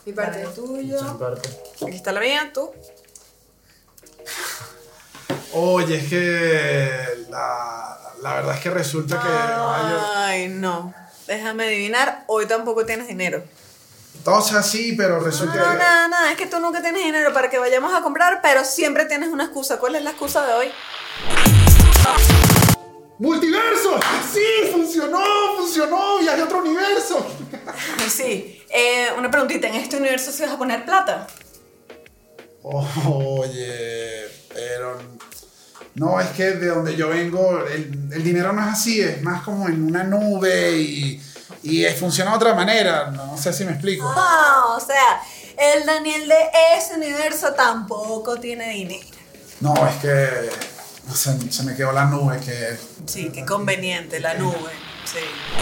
Mi parte es tuyo. Mi parte. Aquí está la mía, tú. Oye, es que la verdad es que resulta que... Ay, no. Déjame adivinar, hoy tampoco tienes dinero. O sea, sí, pero resulta No, que... nada. Es que tú nunca tienes dinero para que vayamos a comprar, pero siempre tienes una excusa. ¿Cuál es la excusa de hoy? ¡Multiverso! ¡Sí! ¡Funcionó! ¡Viaje a otro universo! Sí. Una preguntita. ¿En este universo se vas a poner plata? Oye, pero... No, es que de donde yo vengo, el dinero no es así, es más como en una nube y funciona de otra manera. No sé si me explico. Ah, o sea, el Daniel de ese universo tampoco tiene dinero. No, es que se me quedó la nube que... Sí, qué conveniente, la nube. Sí.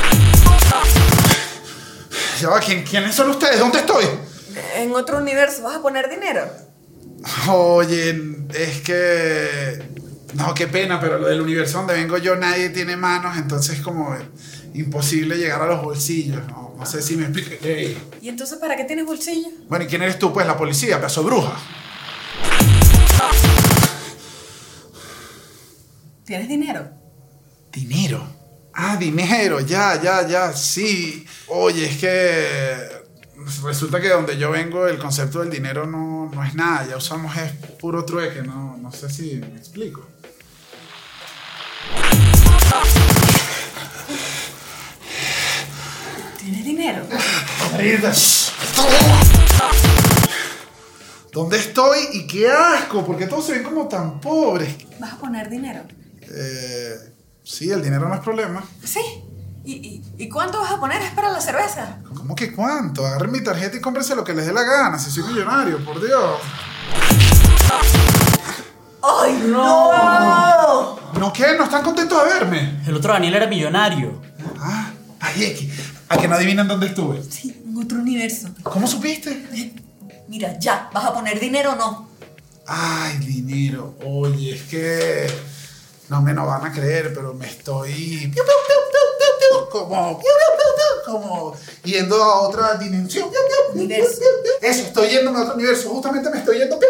Ya va, ¿quiénes son ustedes? ¿Dónde estoy? ¿En otro universo vas a poner dinero? Oye, es que... No, qué pena, pero lo del universo donde vengo yo nadie tiene manos, entonces es como imposible llegar a los bolsillos. No sé si me expliqué. ¿Y entonces para qué tienes bolsillo? Bueno, ¿y quién eres tú? Pues la policía, pedazo de bruja. ¿Tienes dinero? ¿Dinero? Ah, dinero, ya, sí. Oye, es que resulta que donde yo vengo el concepto del dinero no es nada, ya usamos es puro trueque, no sé si me explico. ¿Tienes dinero? ¿Dónde estoy? Y qué asco, porque todos se ven como tan pobres. ¿Vas a poner dinero? Sí, el dinero no es problema. Sí. ¿Y cuánto vas a poner? ¿Es para la cerveza? ¿Cómo que cuánto? Agarren mi tarjeta y cómprense lo que les dé la gana, si soy millonario, por Dios. ¡Ay, no! ¿No qué? ¿No están contentos de verme? El otro Daniel era millonario. ¿A que no adivinan dónde estuve? Sí, en otro universo. ¿Cómo supiste? Mira, ya, ¿vas a poner dinero o no? Ay, dinero. Oye, es que no me van a creer, pero me estoy como yendo a otra dimensión. Universo. Eso, estoy yendo a otro universo. Justamente me estoy yendo.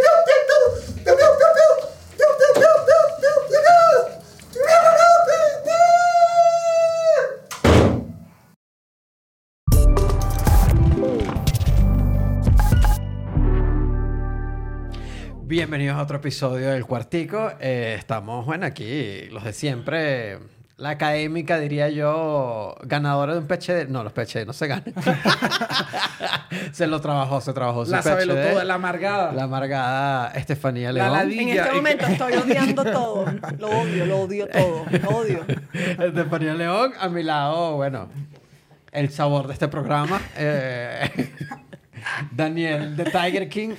Bienvenidos a otro episodio del Cuartico. Estamos, bueno, aquí, los de siempre. La académica, diría yo, ganadora de un PhD. No, los PhD no se ganan. se trabajó su La PhD. sabelotoda, la amargada. La amargada Estefanía La León. ladilla. En este momento estoy odiando todo. Lo odio todo. Lo odio. Estefanía León, a mi lado, bueno, el sabor de este programa. Daniel, de Tiger King.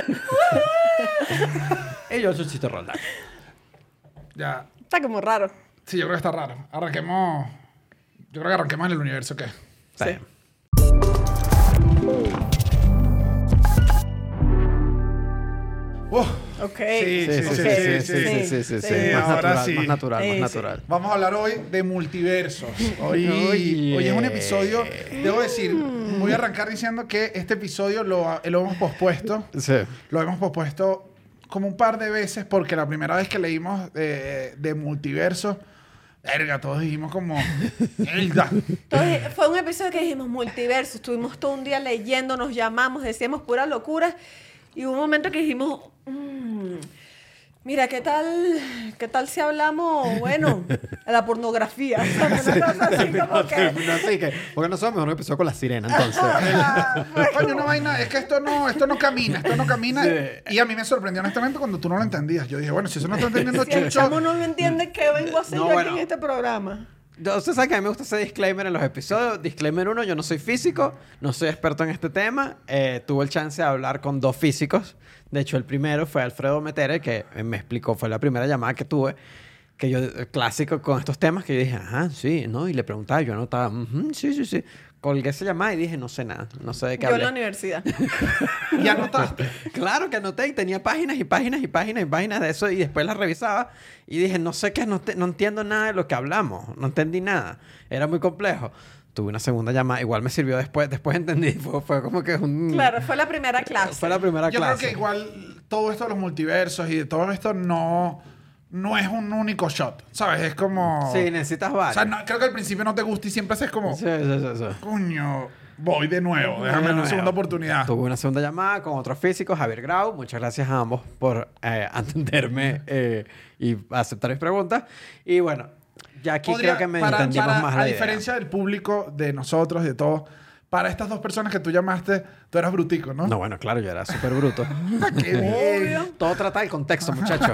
Y yo, Chuchito Roldán. Ya. Está como raro. Sí, yo creo que está raro. Arranquemos. Yo creo que arranquemos en el universo que. Sí. Ok. Sí. Ahora sí. Más natural. Vamos a hablar hoy de multiversos. Hoy es un episodio. Debo decir, voy a arrancar diciendo que este episodio lo hemos pospuesto. Sí. Lo hemos pospuesto como un par de veces porque la primera vez que leímos de multiverso, verga, todos dijimos como, ¡Elda! Entonces, fue un episodio que dijimos multiverso. Estuvimos todo un día leyendo, nos llamamos, decíamos puras locuras. Y hubo un momento que dijimos, mira, ¿qué tal si hablamos, bueno, de la pornografía? O sea, una cosa así como que... No, sí, porque no somos mejor un episodio con la sirena, entonces. Coño, una vaina, es que esto no camina. Sí. Y a mí me sorprendió honestamente cuando tú no lo entendías. Yo dije, bueno, si eso no está entendiendo Si el Chucho. chamo no me entiende, ¿qué vengo a hacer No, yo bueno. aquí en este programa? Usted sabe que a mí me gusta hacer disclaimer en los episodios. Disclaimer 1, yo no soy físico, no soy experto en este tema. Tuve el chance de hablar con dos físicos. De hecho, el primero fue Alfredo Metere, que me explicó, fue la primera llamada que tuve, que yo, clásico con estos temas, que yo dije, ajá, sí, ¿no? Y le preguntaba, yo anotaba, sí. Colgué esa llamada y dije, no sé nada, no sé de qué Yo en hablé. la universidad. Y anotaste. Claro que anoté y tenía páginas de eso y después las revisaba y dije, no sé qué, no entiendo nada de lo que hablamos, no entendí nada, era muy complejo. tuve una segunda llamada. Igual me sirvió después entendí. Fue como que un... Claro, fue la primera clase. Fue la primera Yo clase. creo que igual todo esto de los multiversos y de todo esto no es un único shot, ¿sabes? Es como... Sí, necesitas O varios. sea, creo que al principio no te gusta y siempre haces como... Sí. Coño, voy de nuevo, déjame una segunda oportunidad. Tuve una segunda llamada con otro físico, Javier Grau. Muchas gracias a ambos por atenderme y aceptar mis preguntas. Y bueno, ya aquí creo que me entendimos más la A idea. diferencia del público, de nosotros, de todos, para estas dos personas que tú llamaste, tú eras brutico, ¿no? No, bueno, claro, yo era súper bruto. ¡Qué bien! Obvio. Todo trata del contexto, muchachos.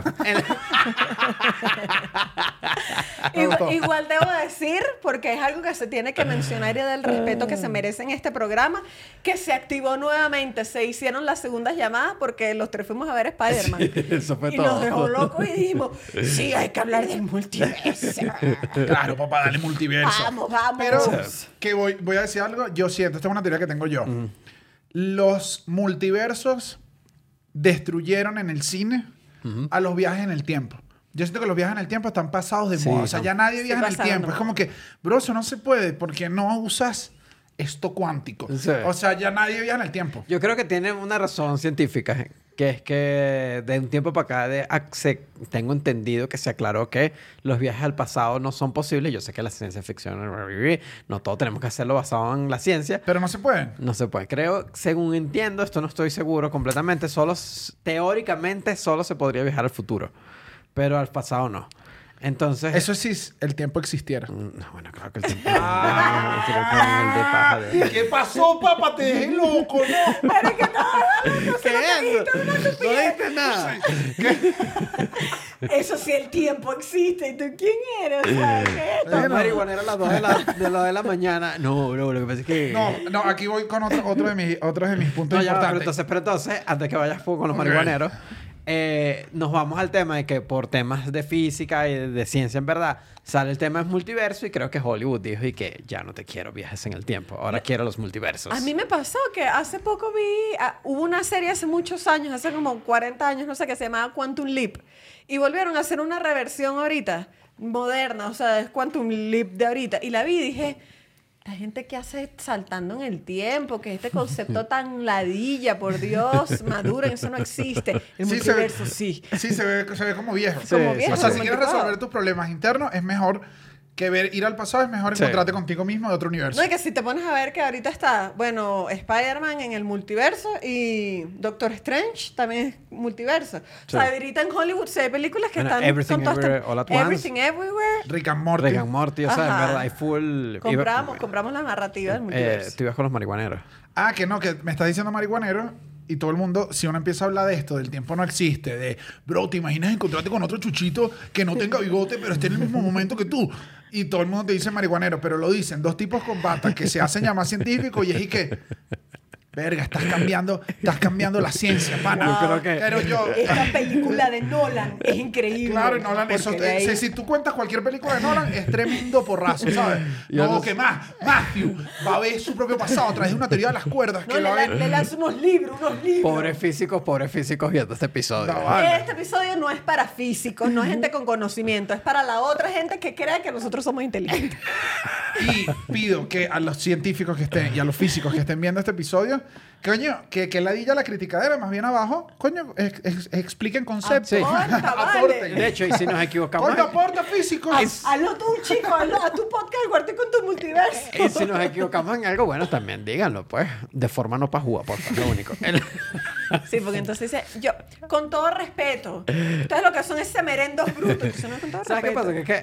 Igual debo decir, porque es algo que se tiene que mencionar y del respeto que se merece en este programa, que se activó nuevamente, se hicieron las segundas llamadas porque los tres fuimos a ver Spider-Man. Eso fue y todo. nos dejó locos y dijimos, sí, hay que hablar del multiverso. Claro, papá, dale multiverso. Vamos, vamos. Pero que voy a decir algo, yo siento, esta es una teoría que tengo yo. Los multiversos destruyeron en el cine a los viajes en el tiempo. Yo siento que los viajes en el tiempo están pasados de Sí, moda. O sea, ya nadie viaja en el pasaron de tiempo. Es moda. como que, bro, eso no se puede porque no usas esto cuántico. Sí. O sea, ya nadie viaja en el tiempo. Yo creo que tiene una razón científica, que es que de un tiempo para acá tengo entendido que se aclaró que los viajes al pasado no son posibles. Yo sé que la ciencia ficción, no todo tenemos que hacerlo basado en la ciencia. Pero no se pueden. No se puede. Creo, según entiendo, esto no estoy seguro completamente, teóricamente solo se podría viajar al futuro, pero al pasado no. Entonces... Eso sí, el tiempo existiera. No, bueno, claro que el tiempo... creo que el de paja de... ¿Qué pasó, papá? Te dejé loco, ¿no? ¿Qué es? No dijiste nada. Eso sí, el tiempo existe. ¿Y tú quién eres? ¿Sabes qué es esto? Los marihuaneros a las 2 de la mañana. No, lo que pasa es que... No, aquí voy con otro de mis puntos No, ya, va, importantes. pero entonces, antes que vayas con los marihuaneros, nos vamos al tema de que por temas de física y de ciencia en verdad, sale el tema del multiverso y creo que Hollywood dijo y que ya no te quiero viajes en el tiempo, ahora quiero los multiversos. A mí me pasó que hace poco hubo una serie hace muchos años, hace como 40 años, no sé, que se llamaba Quantum Leap. Y volvieron a hacer una reversión ahorita, moderna, o sea, es Quantum Leap de ahorita. Y la vi y dije, la gente que hace saltando en el tiempo, que este concepto tan ladilla, por Dios, maduren, eso no existe. El Sí, multiverso sí. Sí, se ve como viejo. Sí, Como sí, viejo, O sea, si como quieres anticuado. resolver tus problemas internos, es mejor que ir al pasado, es mejor Sí. encontrarte contigo mismo de otro universo. No, y que si te pones a ver que ahorita está, bueno, Spider-Man en el multiverso y Doctor Strange también es multiverso. O sea, ahorita en Hollywood se hay películas que Bueno, están Everything con todas Everywhere estas- All at Once. Everything Everywhere. Rick and Morty. Rick and Morty, o sea, en Ajá. verdad hay full... Compramos la narrativa del multiverso. tú ibas con los marihuaneros. Ah, que no, que me estás diciendo marihuanero y todo el mundo, si uno empieza a hablar de esto, del tiempo no existe, de, bro, ¿te imaginas encontrarte con otro chuchito que no tenga bigote, pero esté en el mismo momento que tú? Y todo el mundo te dice marihuanero, pero lo dicen dos tipos con bata que se hacen llamar científicos y es y que, verga, estás cambiando la ciencia, pana. Yo creo que- Pero yo... Esta película de Nolan es increíble. Claro, y Nolan, eso, porque de ahí- si tú cuentas cualquier película de Nolan, es tremendo porrazo, ¿sabes? Yo No, no que más, Matthew va a ver su propio pasado a través de una teoría de las cuerdas No, que lo va a ver. le lanza unos libros. Pobres físicos viendo este episodio. No, vale. Este episodio no es para físicos, no es gente con conocimiento, es para la otra gente que cree que nosotros somos inteligentes. Y pido que a los científicos que estén y a los físicos que estén viendo este episodio, coño, que ladilla la criticadera, más bien abajo, coño, expliquen conceptos. sí. Aporta, vale. Aporten. De hecho, y si nos equivocamos... Coño, aporta físicos. Hazlo tú, chico, hazlo a tu podcast, guarde con tu multiverso. Y si nos equivocamos en algo, bueno, también díganlo, pues. De forma no pajúa, por favor, lo único. Sí, porque entonces dice, yo, con todo respeto, ustedes lo que son es semerendos brutos. Eso no es con todo ¿Sabes qué respeto. pasa?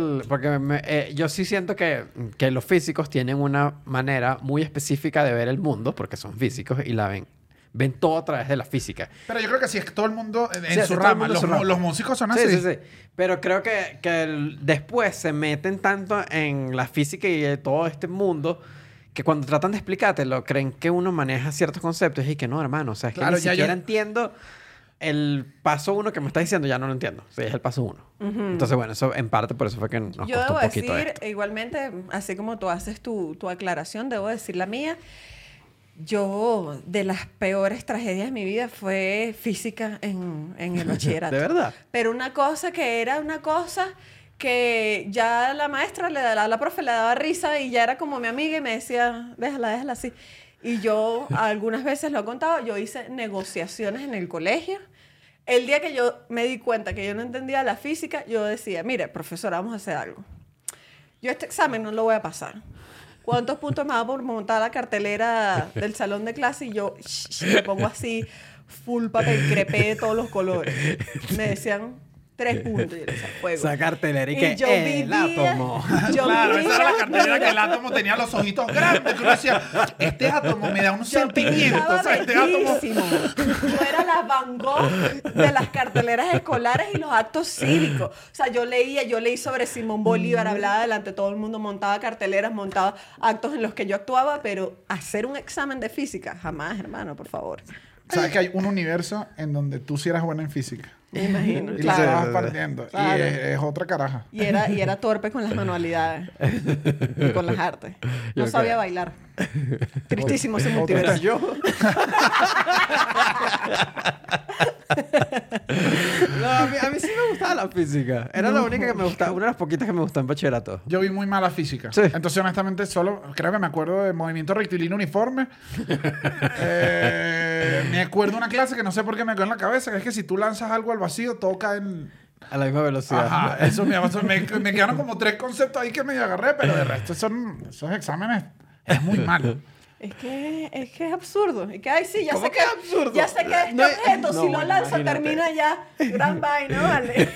Porque yo sí siento que los físicos tienen una manera muy específica de ver el mundo, porque son físicos y la ven todo a través de la física. Pero yo creo que así es que todo el mundo en Sí, así su todo el rama. mundo en Los, su rama. los músicos son Sí, así. sí, sí. Pero creo que después se meten tanto en la física y todo este mundo que cuando tratan de explicártelo, creen que uno maneja ciertos conceptos y que no, hermano. O sea, es que Claro, ni ya siquiera yo- entiendo el paso 1 que me estás diciendo, ya no lo entiendo. Sí, es el paso 1. Entonces, bueno, eso en parte por eso fue que nos Yo costó debo un poquito decir, esto. igualmente, así como tú haces tu aclaración, debo decir la mía. Yo, de las peores tragedias de mi vida fue física en el bachillerato. ¿De verdad? Pero una cosa que era una cosa que ya la maestra, la profe le daba risa y ya era como mi amiga y me decía, déjala así. Y yo algunas veces lo he contado, yo hice negociaciones en el colegio. El día que yo me di cuenta que yo no entendía la física, yo decía, mire, profesora, vamos a hacer algo. Yo este examen no lo voy a pasar. ¿Cuántos puntos me da por montar la cartelera del salón de clase? Y yo me pongo así, full papel crepé de todos los colores. Me decían 3 puntos. Y yo decía, fuego. Esa cartelera y Y que yo el vivía- átomo. Yo Claro, esa era la vivía- cartelera que el átomo tenía los ojitos grandes. Que uno decía, este átomo me da un Yo sentimiento. pintaba O sea, este átomo... bellísimo. Yo era la Van Gogh de las carteleras escolares y los actos cívicos. O sea, yo leí sobre Simón Bolívar, hablaba delante de todo el mundo, montaba carteleras, montaba actos en los que yo actuaba, pero hacer un examen de física, jamás, hermano, por favor. Sabes que hay un universo en donde tú sí eras buena en física. Me imagino. Y Claro. lo estabas partiendo. Claro. Y es otra caraja. Y era torpe con las manualidades y con las artes. No Yo sabía creo. bailar. Tristísimo ese Otra multiverso. Yo. No, a mí sí me gustaba la física. Era la única que me gustaba, una de las poquitas que me gustaba en bachillerato. Yo vi muy mala física. Sí. Entonces, honestamente, solo creo que me acuerdo del movimiento rectilíneo uniforme. Me acuerdo una clase que no sé por qué me quedó en la cabeza, que es que si tú lanzas algo al vacío, todo cae en... A la misma velocidad. Ajá, eso me quedaron como 3 conceptos ahí que me agarré, pero de resto esos exámenes es muy malo. Es que es absurdo. Y que, ay, sí, ya ¿Cómo sé que es absurdo? Ya sé que este No, objeto, no, si lo bueno, lanza, imagínate. termina ya. Gran vaina, ¿vale?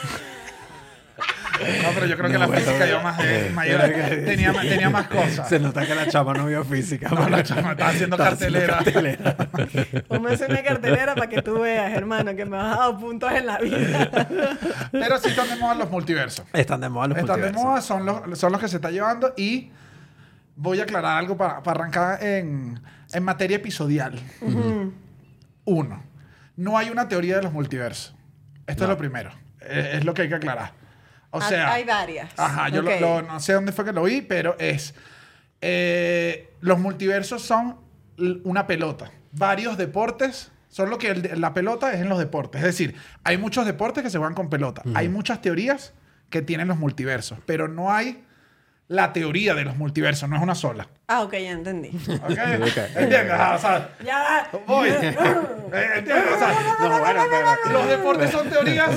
No, pero yo creo que la física iba más tenía más cosas. Se nota que la chama no vio física. No, la chama estaba haciendo cartelera. Ponme a hacer una cartelera para que tú veas, hermano, que me has dado puntos en la vida. Pero sí están de moda los multiversos. Están de moda los Están de multiversos. moda, son los que se está llevando y voy a aclarar algo para arrancar en materia episodial. Uno, no hay una teoría de los multiversos. Esto es lo primero. Es lo que hay que aclarar. O sea, Hay varias. Ajá, yo Ok. no sé dónde fue que lo vi, pero es... los multiversos son una pelota. Varios deportes son lo que la pelota es en los deportes. Es decir, hay muchos deportes que se juegan con pelota. Hay muchas teorías que tienen los multiversos, pero no hay la teoría de los multiversos, no es una sola. Ah, ok, ya entendí. ¿Ok? ¿Entiendes? Ajá, o sea, Ya. voy. ¿Entiendes? O sea, No, bueno, pero... los deportes son teorías.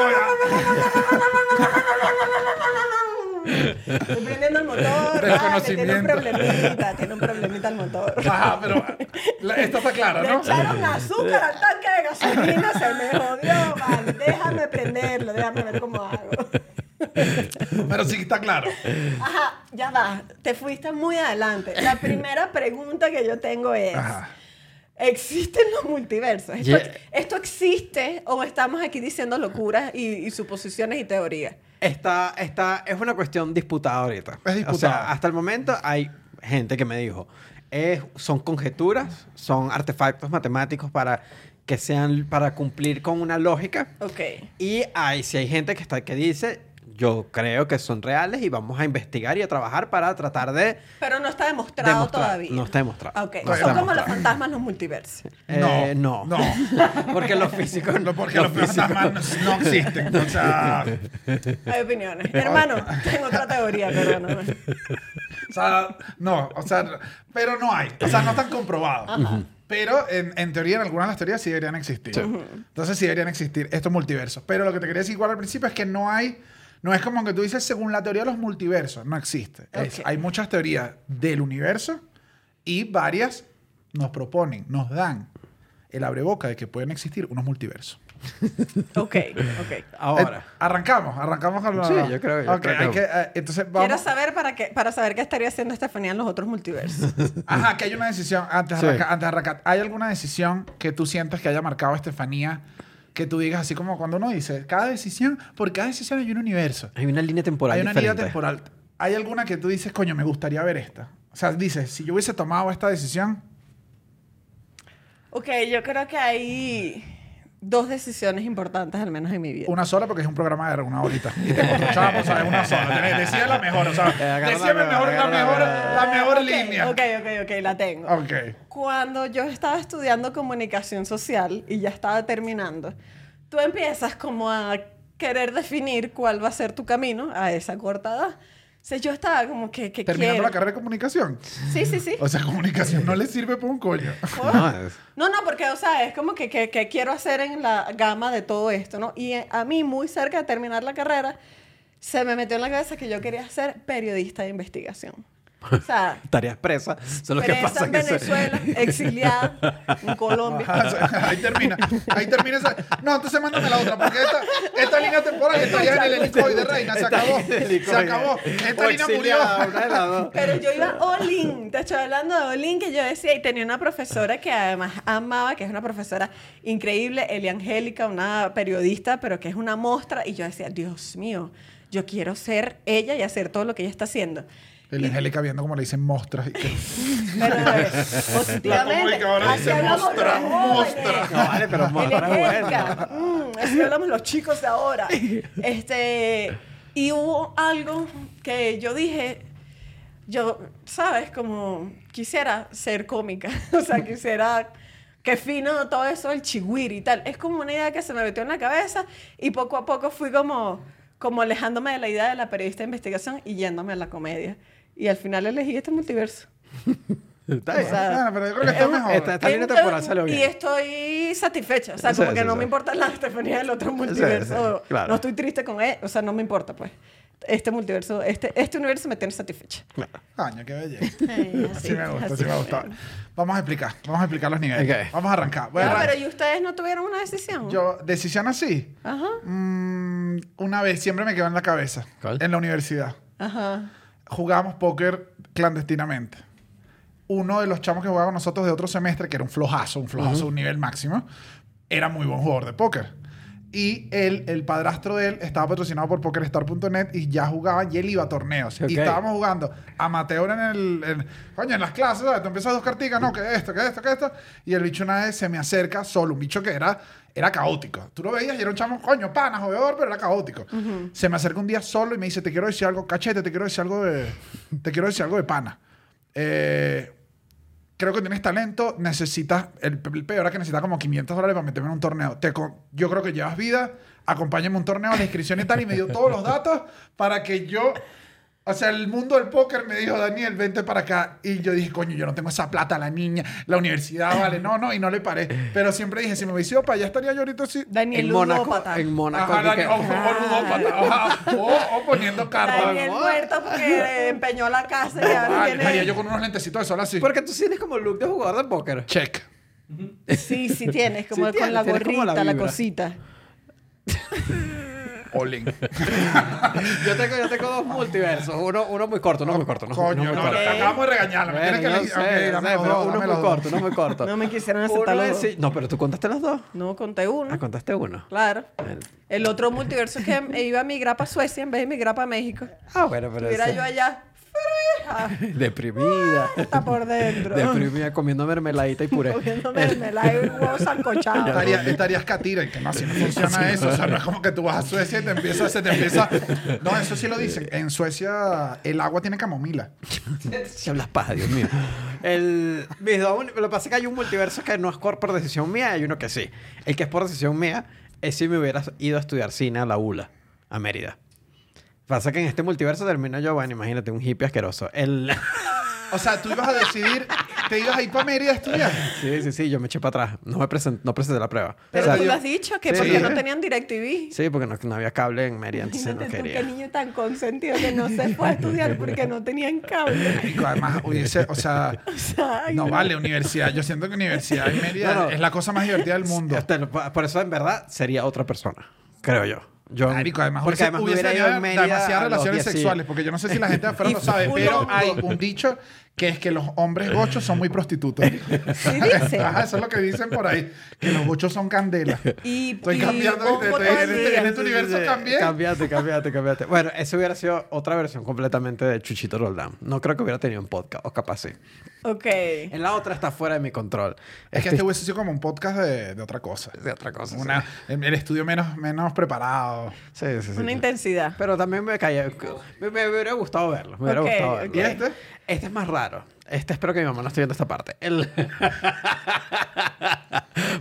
Estoy prendiendo el motor. Desconocimiento. Tiene un problemita el motor. Ajá, pero esta está clara, Le ¿no? echaron azúcar al tanque de gasolina, se me jodió, vale. Déjame prenderlo, déjame ver cómo hago. Pero sí está claro. Ajá, ya va. Te fuiste muy adelante. La primera pregunta que yo tengo es... Ajá. ¿Existen los multiversos? ¿Esto existe o estamos aquí diciendo locuras y suposiciones y teorías? Esta es una cuestión disputada ahorita. Es disputada. O sea, hasta el momento hay gente que me dijo, son conjeturas, son artefactos matemáticos para cumplir con una lógica. Ok. Y si hay gente que dice, yo creo que son reales y vamos a investigar y a trabajar para tratar de Pero no está demostrado demostrar. todavía. No está demostrado. Ok. No Son está como los demostrado. fantasmas, los multiversos. No. No. Porque los físicos No, porque los fantasmas no existen. O sea, Hay opiniones. Hermano, tengo otra teoría, perdóname. pero no hay. O sea, no están comprobados. Pero en teoría, en algunas de las teorías sí deberían existir. Entonces sí deberían existir estos multiversos. Pero lo que te quería decir igual al principio es que no es como que tú dices según la teoría de los multiversos. No existe. Hay muchas teorías del universo y varias nos proponen, nos dan el abreboca de que pueden existir unos multiversos. Ok. Ahora. Arrancamos con Sí, yo creo. Ok, hay que, entonces vamos... Quiero saber para saber qué estaría haciendo Estefanía en los otros multiversos. Ajá, que hay una decisión, antes de arrancar, ¿hay alguna decisión que tú sientas que haya marcado a Estefanía que tú digas así como cuando uno dice, por cada decisión hay un universo? Hay una línea temporal Hay una diferente. línea temporal. ¿Hay alguna que tú dices, coño, me gustaría ver esta? O sea, dices, si yo hubiese tomado esta decisión... Ok, yo creo que hay 2 decisiones importantes, al menos en mi vida. Una sola porque es un programa de una horita. Y te escuchamos, ¿sabes? Una sola. Decía la mejor, o sea, decíame la mejor línea. Ok, la tengo. Ok. Cuando yo estaba estudiando comunicación social y ya estaba terminando, tú empiezas como a querer definir cuál va a ser tu camino a esa corta edad. O sea, yo estaba como que Terminando quiero. la carrera de comunicación. Sí. O sea, comunicación no le sirve por un coño. No, No, porque, o sea, es como que quiero hacer en la gama de todo esto, ¿no? Y a mí, muy cerca de terminar la carrera, se me metió en la cabeza que yo quería ser periodista de investigación. O sea, estarías presa. Eso es lo que presa pasa en que Venezuela, exiliada en Colombia. Ahí termina esa. No, entonces mándame la otra, porque esta línea temporal está ya en el helicoide, reina. Se acabó. Se acabó. Esta línea murió. Una de las dos. Pero yo iba all in, te estoy hablando de all in, que yo decía, y tenía una profesora que además amaba, que es una profesora increíble, Elia Angélica, una periodista, pero que es una mostra, y yo decía, Dios mío, yo quiero ser ella y hacer todo lo que ella está haciendo. El Angélica viendo como le dicen mostras. Pero positivamente, comunicadora así dice hablamos mostra, los jóvenes. mostra. No, vale, pero mostra es Angélica, así hablamos los chicos de ahora. Y hubo algo que yo dije, ¿sabes? Como quisiera ser cómica. O sea, quisiera que fino todo eso, el chigüiri y tal. Es como una idea que se me metió en la cabeza y poco a poco fui como alejándome de la idea de la periodista de investigación y yéndome a la comedia. Y al final elegí este multiverso. Está O bien. sea, Bueno, pero yo creo que está mejor. Esta línea temporal salió Y bien. estoy satisfecha. O sea, Sí, como que sí, no sí. me importa la Estefanía del otro multiverso. claro. No estoy triste con él. O sea, no me importa, pues. Este multiverso, este universo me tiene satisfecha. Coño, qué belleza. Así Sí me gusta, sí me gusta. Vamos a explicar los niveles. Ok. Vamos a arrancar. Voy a No, arrancar. pero ¿y ustedes no tuvieron una decisión? Decisión así. Ajá. Una vez, siempre me quedó en la cabeza. ¿Cuál? En la universidad. Ajá. Jugábamos póker clandestinamente. Uno de los chamos que jugaba con nosotros de otro semestre, que era un flojazo a un nivel máximo, era muy buen jugador de póker. Y el padrastro de él estaba patrocinado por PokerStar.net y ya jugaba y él iba a torneos. Ok. Y estábamos jugando amateur en las clases, ¿sabes? Tú empiezas dos carticas, no, que esto. Y el bicho una vez se me acerca solo, un bicho que era caótico. Tú lo veías y era un chamo, coño, pana, jugador, pero era caótico. Se me acerca un día solo y me dice, te quiero decir algo, cachete, te quiero decir algo de pana. Creo que tienes talento, necesitas, el peor era que necesitas como $500 para meterme en un torneo. Yo creo que llevas vida, acompáñame a un torneo, la inscripción y tal, y me dio todos los datos para que yo, o sea, el mundo del póker me dijo, Daniel, vente para acá. Y yo dije, coño, yo no tengo esa plata, la niña, la universidad, vale, no, y no le paré. Pero siempre dije, si me hubiese ido para allá, estaría yo ahorita así. Daniel En Mónaco. Ludópata. En Mónaco. Ajá, aquí que- o poniendo cartas. Daniel muerto porque empeñó la casa y ahora Vale, estaría viene... yo con unos lentecitos de sol así. Porque tú tienes como look de jugador de póker. Check. Sí, tienes, como Sí con la tienes como la gorrita, la vibra. cosita. Olin. Yo tengo dos multiversos. Uno muy corto, uno muy corto. Coño, muy no, corto. te acabamos de regañarla. Me Bueno, tienes que yo elegir. sé, Ok, yo dame sé, los pero dos, uno dame muy los dos. corto, uno muy corto. No me quisieron aceptar Uno los es dos. sí- No, pero tú contaste los dos. No, conté uno. Ah, contaste uno. Claro. Bueno. El otro multiverso es que iba a migrar para Suecia en vez de migrar para México. Ah, bueno, pero Estuviera ese- yo allá. Deprimida. Está por dentro. Deprimida comiendo mermeladita y puré. Comiéndome mermelada y un huevo sancochado. Estarías catira y que no, así no funciona eso. O sea, no es como que tú vas a Suecia y se te empieza. No, eso sí lo dicen. En Suecia el agua tiene camomila. Se hablas paja, Dios mío. Lo que pasa es que hay un multiverso que no es por decisión mía y uno que sí. El que es por decisión mía es si me hubiera ido a estudiar cine a la ULA, a Mérida. Pasa que en este multiverso termino yo, bueno, imagínate, un hippie asqueroso. O sea, tú ibas a decidir, te ibas a ir para Mérida a estudiar. Sí, yo me eché para atrás. No presenté la prueba. Pero O sea, tú lo has dicho, que Sí. porque no tenían DirecTV. Sí, porque no había cable en Mérida, entonces no Imagínate tú, quería. qué niño tan consentido que no se fue a estudiar porque no tenían cable. Y además, o sea, O sea, ay, no vale universidad. Yo siento que universidad en Mérida No. es la cosa más divertida del mundo. Por eso, en verdad, sería otra persona. Creo yo. Marico, además, porque además me hubiese hubiera ido en Mérida demasiadas a los relaciones 10, sí. sexuales, porque yo no sé si la gente de afuera Y lo sabe, un pero hongo. hay un dicho que es que los hombres gochos son muy prostitutos. sí dice. Ajá, eso es lo que dicen por ahí, que los gochos son candela. Estoy cambiando, hongo ¿viste? todo el día. en este universo cambié. Cambiate. Bueno, eso hubiera sido otra versión completamente de Chuchito Roldán. No creo que hubiera tenido un podcast, o capaz sí. Ok. En la otra está fuera de mi control. Es que este hubiese sido como un podcast de otra cosa. de otra cosa. El estudio menos preparado. Sí. Una intensidad. Pero también me caía. Me hubiera gustado verlo. Me hubiera Ok, gustado verlo. ok. ¿Y este? Este es más raro. Espero que mi mamá no esté viendo esta parte.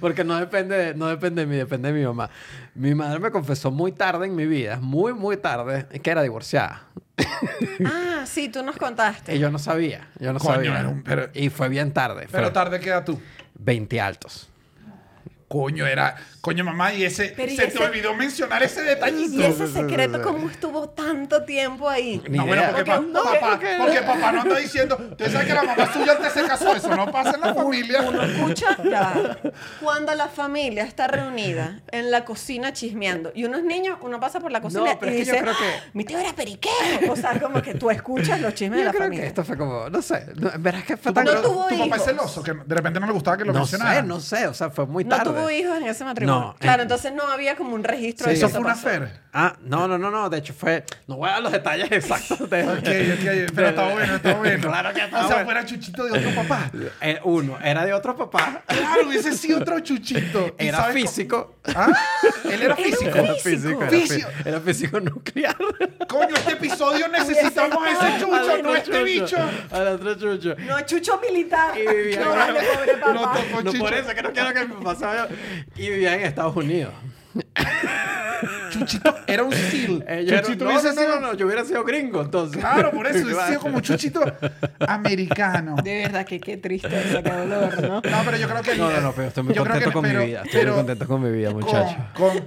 Porque no depende de mí, depende de mi mamá. Mi madre me confesó muy tarde en mi vida, muy, muy tarde, que era divorciada. Ah, sí, tú nos contaste. Y yo no sabía, Coño, sabía. pero- Y fue bien tarde. Pero Fue tarde queda tú. 20 altos. Coño, mamá, y ese... Pero ¿y se ese- te olvidó mencionar ese detallito. ¿Y ese secreto cómo estuvo tanto tiempo ahí? Ni No, bueno, idea. porque papá no anda diciendo... Usted sabe que la mamá suya antes se casó. Eso no pasa en la familia. Uno escucha, ya va. Cuando la familia está reunida en la cocina chismeando y unos niños, uno pasa por la cocina No, pero y es que yo dice, creo que- "¡Ah! Mi tío era periquero". O sea, como que tú escuchas los chismes de Yo la creo familia. que esto fue como, no sé, en verdad es que fue Tu tan... papá, No tuvo tu papá es hijos. celoso, que de repente no le gustaba que lo no mencionara. sé, o sea, fue muy No tarde. tuvo hijos en ese matrimonio. No, Claro, entonces no había como un registro de Eso que fue una pasó. affair. Ah, no, de hecho fue... No voy a dar los detalles exactos de... Ok, pero está bueno, está bueno. Claro que está O sea, bueno. fuera Chuchito de otro papá. Uno, era de otro papá. Claro, hubiese sido otro Chuchito. ¿Y Era sabes físico. ¿Ah? Él era físico. Físico. Era físico nuclear. Coño, este episodio necesitamos a ese Al chucho, otro no a este bicho. Al otro chucho. No, Chucho militar. Y vivía No, vale, pobre papá. No tocó No, Chicho. por eso que no quiero que me pasara. Y vivía en Estados Unidos. Chuchito era un seal. Chuchito hubiese sido... no, yo hubiera sido gringo entonces. Claro, por eso. Hubiese Claro. sido como Chuchito americano. De verdad que qué tristeza, qué dolor, ¿no? No, pero yo creo que... No, pero estoy muy yo creo contento que- con pero- mi vida. Estoy pero muy contento con mi vida, muchacho.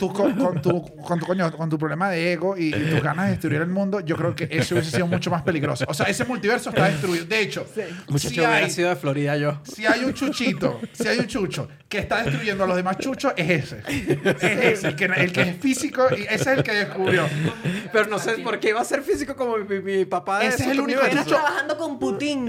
Con tu problema de ego y tus ganas de destruir el mundo, yo creo que eso hubiese sido mucho más peligroso. O sea, ese multiverso está destruido. De hecho, Muchacho, si hubiera hay, sido de Florida yo. si hay un chuchito, si hay un chucho que está destruyendo a los demás chuchos, es ese. Es ese, el que es físico y ese es el que descubrió. Pero no sé por qué iba a ser físico como mi papá de Ese es otro el único universo. Estás trabajando con Putin.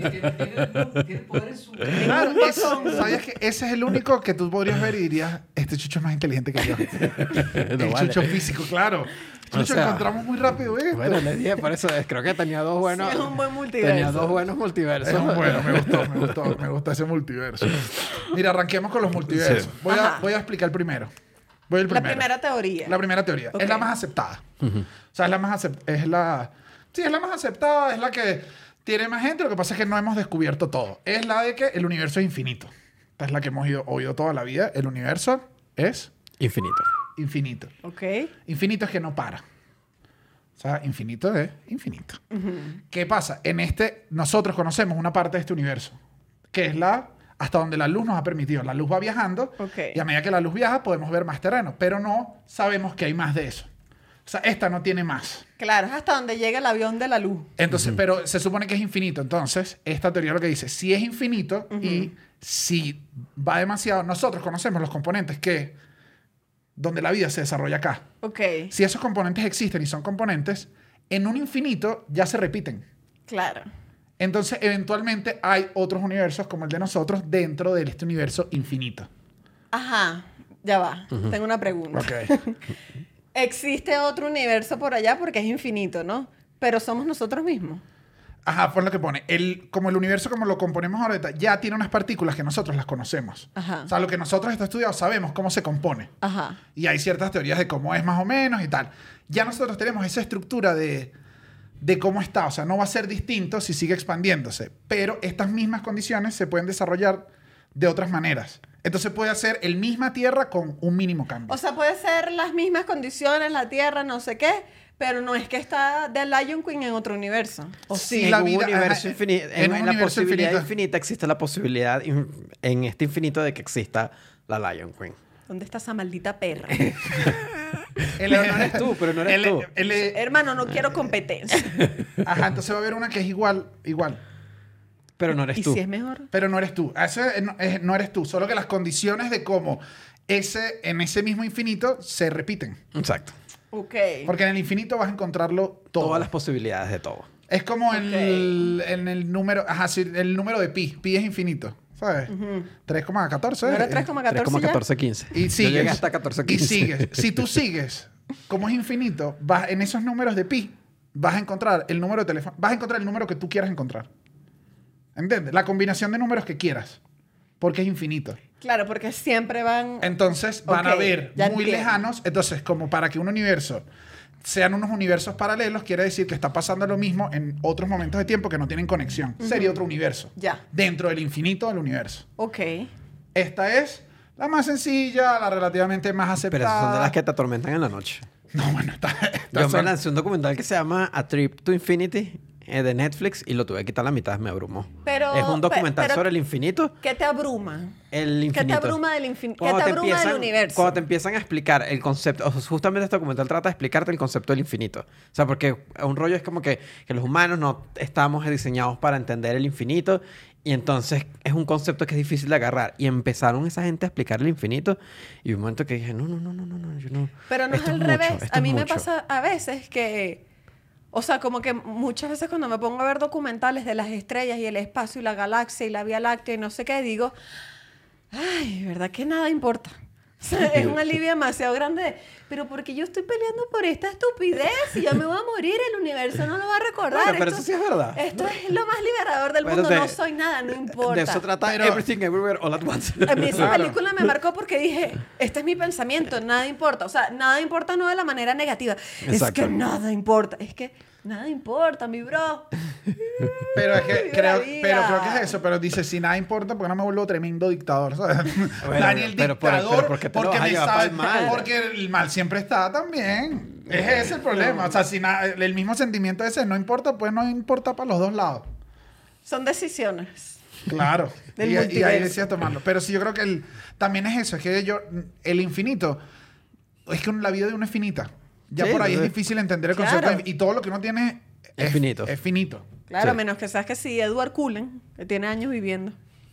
Tiene poder en su... Claro, ¿sabías que ese es el único que tú podrías ver y dirías, este chucho es más inteligente que yo? El No vale. chucho físico, claro. O Chucho, sea, encontramos muy rápido esto. Bueno, les dije, por eso creo que tenía dos buenos. Sí, es un buen multiverso. Tenía dos buenos multiversos. Es un bueno, me gustó ese multiverso. Mira, arranquemos con los multiversos. Sí. Voy a explicar primero. Voy el La primero. primera teoría. La primera teoría. Ok. Es la más aceptada. O sea, es la más aceptada. Sí, es la más aceptada, es la que tiene más gente. Lo que pasa es que no hemos descubierto todo. Es la de que el universo es infinito. Esta es la que hemos oído toda la vida. El universo es Infinito. infinito. Ok. Infinito es que no para. O sea, infinito es infinito. ¿Qué pasa? Nosotros conocemos una parte de este universo, que es hasta donde la luz nos ha permitido. La luz va viajando Ok. y a medida que la luz viaja podemos ver más terreno, pero no sabemos que hay más de eso. O sea, esta no tiene más. Claro, es hasta donde llega el avión de la luz. Entonces, pero se supone que es infinito. Entonces, esta teoría lo que dice, si es infinito y si va demasiado, nosotros conocemos los componentes donde la vida se desarrolla acá. Ok. Si esos componentes existen y son componentes, en un infinito ya se repiten. Claro. Entonces, eventualmente hay otros universos como el de nosotros dentro de este universo infinito. Ajá. Ya va. Tengo una pregunta. Ok. Existe otro universo por allá porque es infinito, ¿no? Pero somos nosotros mismos. Ajá, pues lo que pone. Como el universo como lo componemos ahorita, ya tiene unas partículas que nosotros las conocemos. Ajá. O sea, lo que nosotros está estudiado sabemos cómo se compone. Ajá. Y hay ciertas teorías de cómo es más o menos y tal. Ya nosotros tenemos esa estructura de cómo está. O sea, no va a ser distinto si sigue expandiéndose. Pero estas mismas condiciones se pueden desarrollar de otras maneras. Entonces puede ser el misma Tierra con un mínimo cambio. O sea, puede ser las mismas condiciones, la Tierra, no sé qué, pero no es que está The Lion Queen en otro universo. O Sí, sí. En la un vida- universo ajá, infinito, en en un la universo posibilidad infinito. infinita existe la posibilidad en este infinito de que exista la Lion Queen. ¿Dónde está esa maldita perra? Pero no eres tú, pero no eres tú. Hermano, no quiero competencia. Ajá, entonces va a haber una que es igual. Pero no eres ¿Y tú. si es mejor? Pero no eres tú. No eres tú. Solo que las condiciones de cómo en ese mismo infinito se repiten. Exacto. Ok. Porque en el infinito vas a encontrarlo todo. Todas las posibilidades de todo. Es como en Ok. el número... Ajá, sí, el número de pi. Pi es infinito. ¿Sabes? 3,14. ¿No era 3,14 ya? 3,1415. Y Yo sigues. llegué hasta 1415. Y sigues. Si tú sigues, como es infinito, en esos números de pi, vas a encontrar el número de teléfono. Vas a encontrar el número que tú quieras encontrar. ¿Entiendes? La combinación de números que quieras. Porque es infinito. Claro, porque siempre van... Entonces van Ok, a ver ya muy entiendo. lejanos. Entonces, como para que un universo sean unos universos paralelos, quiere decir que está pasando lo mismo en otros momentos de tiempo que no tienen conexión. Sería otro universo. Ya. Dentro del infinito del universo. Ok. Esta es La más sencilla, la relativamente más aceptada. Pero esas son de las que te atormentan en la noche. No, bueno, estas Yo me son- lancé un documental que se llama A Trip to Infinity de Netflix y lo tuve que quitar la mitad, me abrumó. Pero- es un documental pero- sobre el infinito. ¿Qué te abruma? El ¿Qué te infinito. abruma del infinito? ¿Qué Cuando te te abruma del universo? Cuando te empiezan a explicar el concepto, o sea, justamente este documental trata de explicarte el concepto del infinito. O sea, porque un rollo es como que los humanos no estamos diseñados para entender el infinito y entonces es un concepto que es difícil de agarrar. Y empezaron esa gente a explicar el infinito y un momento que dije, no, yo no. Pero no esto es al mucho, revés. esto A es mí me mucho". pasa a veces que, o sea, como que muchas veces cuando me pongo a ver documentales de las estrellas y el espacio y la galaxia y la Vía Láctea y no sé qué, digo, ay, ¿verdad que nada importa? O sea, es un alivio demasiado grande. Pero porque yo estoy peleando por esta estupidez y ya me voy a morir, el universo no lo va a recordar. Bueno, pero eso sí es verdad. Esto es lo más liberador del Pero mundo. de- No soy nada, no importa. De eso trata Pero- Everything Everywhere All at Once. A mí esa Claro. película me marcó porque dije, este es mi pensamiento, nada importa. O sea, nada importa no de la manera negativa. Es Exacto. que nada importa. Es que nada importa, mi bro. Pero es que Viva la creo que es vida. eso. Pero dice, si nada importa, ¿por qué no me vuelvo tremendo dictador? ¿Sabes? Daniel pero dictador, ¿por qué te lo porque vas a me llevar sabe, pa'l mal? porque el mal siempre está también. Es ese el problema. O sea, si el mismo sentimiento ese no importa, pues no importa para los dos lados. Son decisiones. Claro. Del y ahí multiverso. decía tomarlo. Pero sí, yo creo que también es eso. Es que el infinito, es que la vida de uno es finita. Ya Sí, por ahí es sí. difícil entender el Claro. concepto. Y todo lo que uno tiene Es finito. Es finito. Claro, a Sí. menos que seas que sí, Edward Cullen, que tiene años viviendo.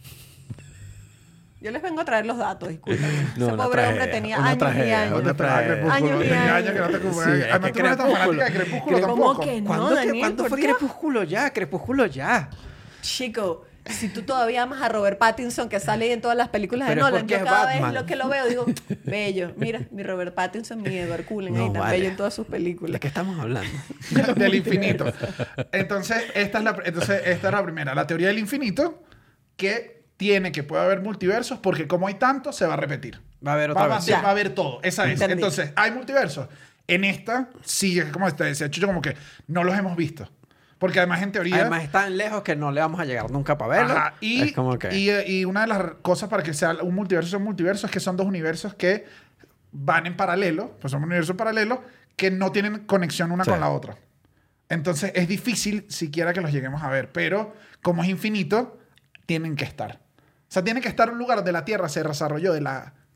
Yo les vengo a traer los datos, disculpen. No, Ese una pobre hombre tragedia, tenía una años y tragedia, años. una tragedia. Años y Tenía años. años que no te ocupas. Sí, es Además, que tú no eres tan fanática de Crepúsculo ¿Cómo tampoco. que no, ¿Cuándo, Daniel? ¿cuándo por fue Dios? Crepúsculo ya? Crepúsculo ya. Chico, si tú todavía amas a Robert Pattinson, que sale en todas las películas de Pero es Nolan, porque yo es cada Batman. vez lo que lo veo digo, bello. Mira, mi Robert Pattinson, mi Edward Cullen, ahí No, tan vale. bello en todas sus ¿De películas. qué estamos hablando? Del infinito. Entonces, esta es la primera. La teoría del infinito, que puede haber multiversos, porque como hay tantos, se va a repetir. Va a haber otra Va vez. Ya. a haber todo. Esa es. Entendí. Entonces, hay multiversos. En esta, sí, es como se ha hecho como que no los hemos visto. Porque además, en teoría... Además, es tan lejos que no le vamos a llegar nunca para verlo. Ajá, es como que... y una de las cosas para que sea un multiverso es que son dos universos que van en paralelo, pues son universos paralelos, que no tienen conexión una Sí. con la otra. Entonces es difícil siquiera que los lleguemos a ver, pero como es infinito, tienen que estar. O sea, tiene que estar un lugar donde la Tierra se desarrolló de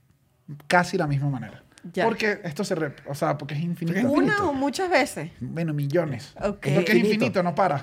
casi la misma manera. Ya. Porque esto o sea, porque es infinito. Una o muchas veces. Bueno, millones. Ok. Porque es infinito, no para.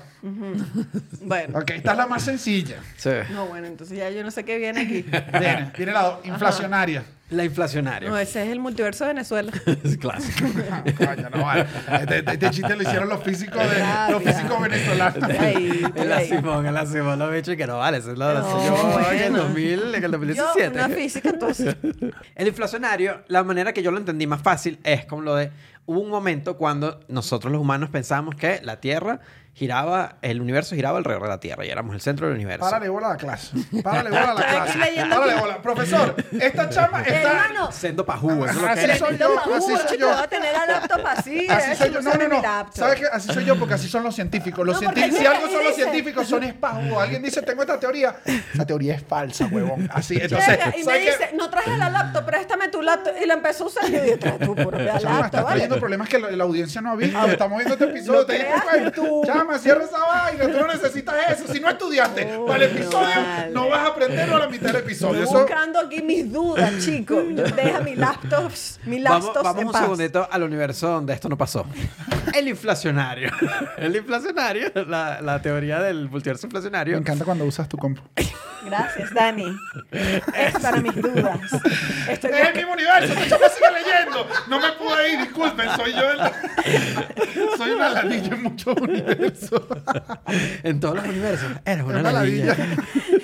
Bueno. Ok, esta es la más sencilla. Sí. No, bueno, entonces ya yo no sé qué viene aquí. Viene la inflacionaria. La inflacionaria. No, ese es el multiverso de Venezuela. Es clásico. Coño, no vale. Este chiste lo hicieron los físicos, Ya, los ya. físicos venezolanos. Ahí, El ahí. Simón lo he hecho y que no vale. Eso lo No, yo en el bueno. 2000, en el Yo, 2017. una física, entonces. El inflacionario, la manera que yo lo entendí más fácil es como lo de... Hubo un momento cuando nosotros los humanos pensábamos que la Tierra giraba, el universo giraba alrededor de la Tierra y éramos el centro del universo. Párale bola a la clase. Párale bola a la Estoy aquí clase. leyendo Párale aquí. bola. Profesor, esta chama está... Hermano, Sendo pa' jugo, eso es lo Así que soy es. yo, así así soy yo. Voy a tener la laptop así. Así soy yo. eso No, no, es mi no. laptop. ¿Sabes qué? Así soy yo porque así son los científicos. Los No, porque científicos, si mira, algo ahí son los dice- científicos, son espajugo. Alguien dice, tengo esta teoría. Esa teoría es falsa, huevón. Así, entonces... Llega y me ¿sabes qué? dice, no traje la laptop, préstame tu laptop. Y la empezó a usar. Y yo dije, trae tu propia Chama, laptop, estás ¿vale? trayendo problemas que la audiencia no ha visto. Estamos viendo este episodio. Lo Te diste creas cuenta. tú. Chama, cierra esa vaina. Tú no necesitas eso. Si no estudiaste Oh, para el episodio, vale. no vas a aprenderlo a la mitad del episodio. Estoy Eso, buscando aquí mis dudas, chicos. Deja mi laptop Vamos en un paz. segundito al universo donde esto no pasó. El inflacionario. El inflacionario, la teoría del multiverso me inflacionario. encanta cuando usas tu compu. Gracias, Dani. Es para mis dudas. Estoy Es el mismo universo. Esta chama sigue leyendo. No me pude ir, disculpen. Soy yo soy una ladilla en muchos universos. En todos los universos. Eres una Una ladilla. ladilla.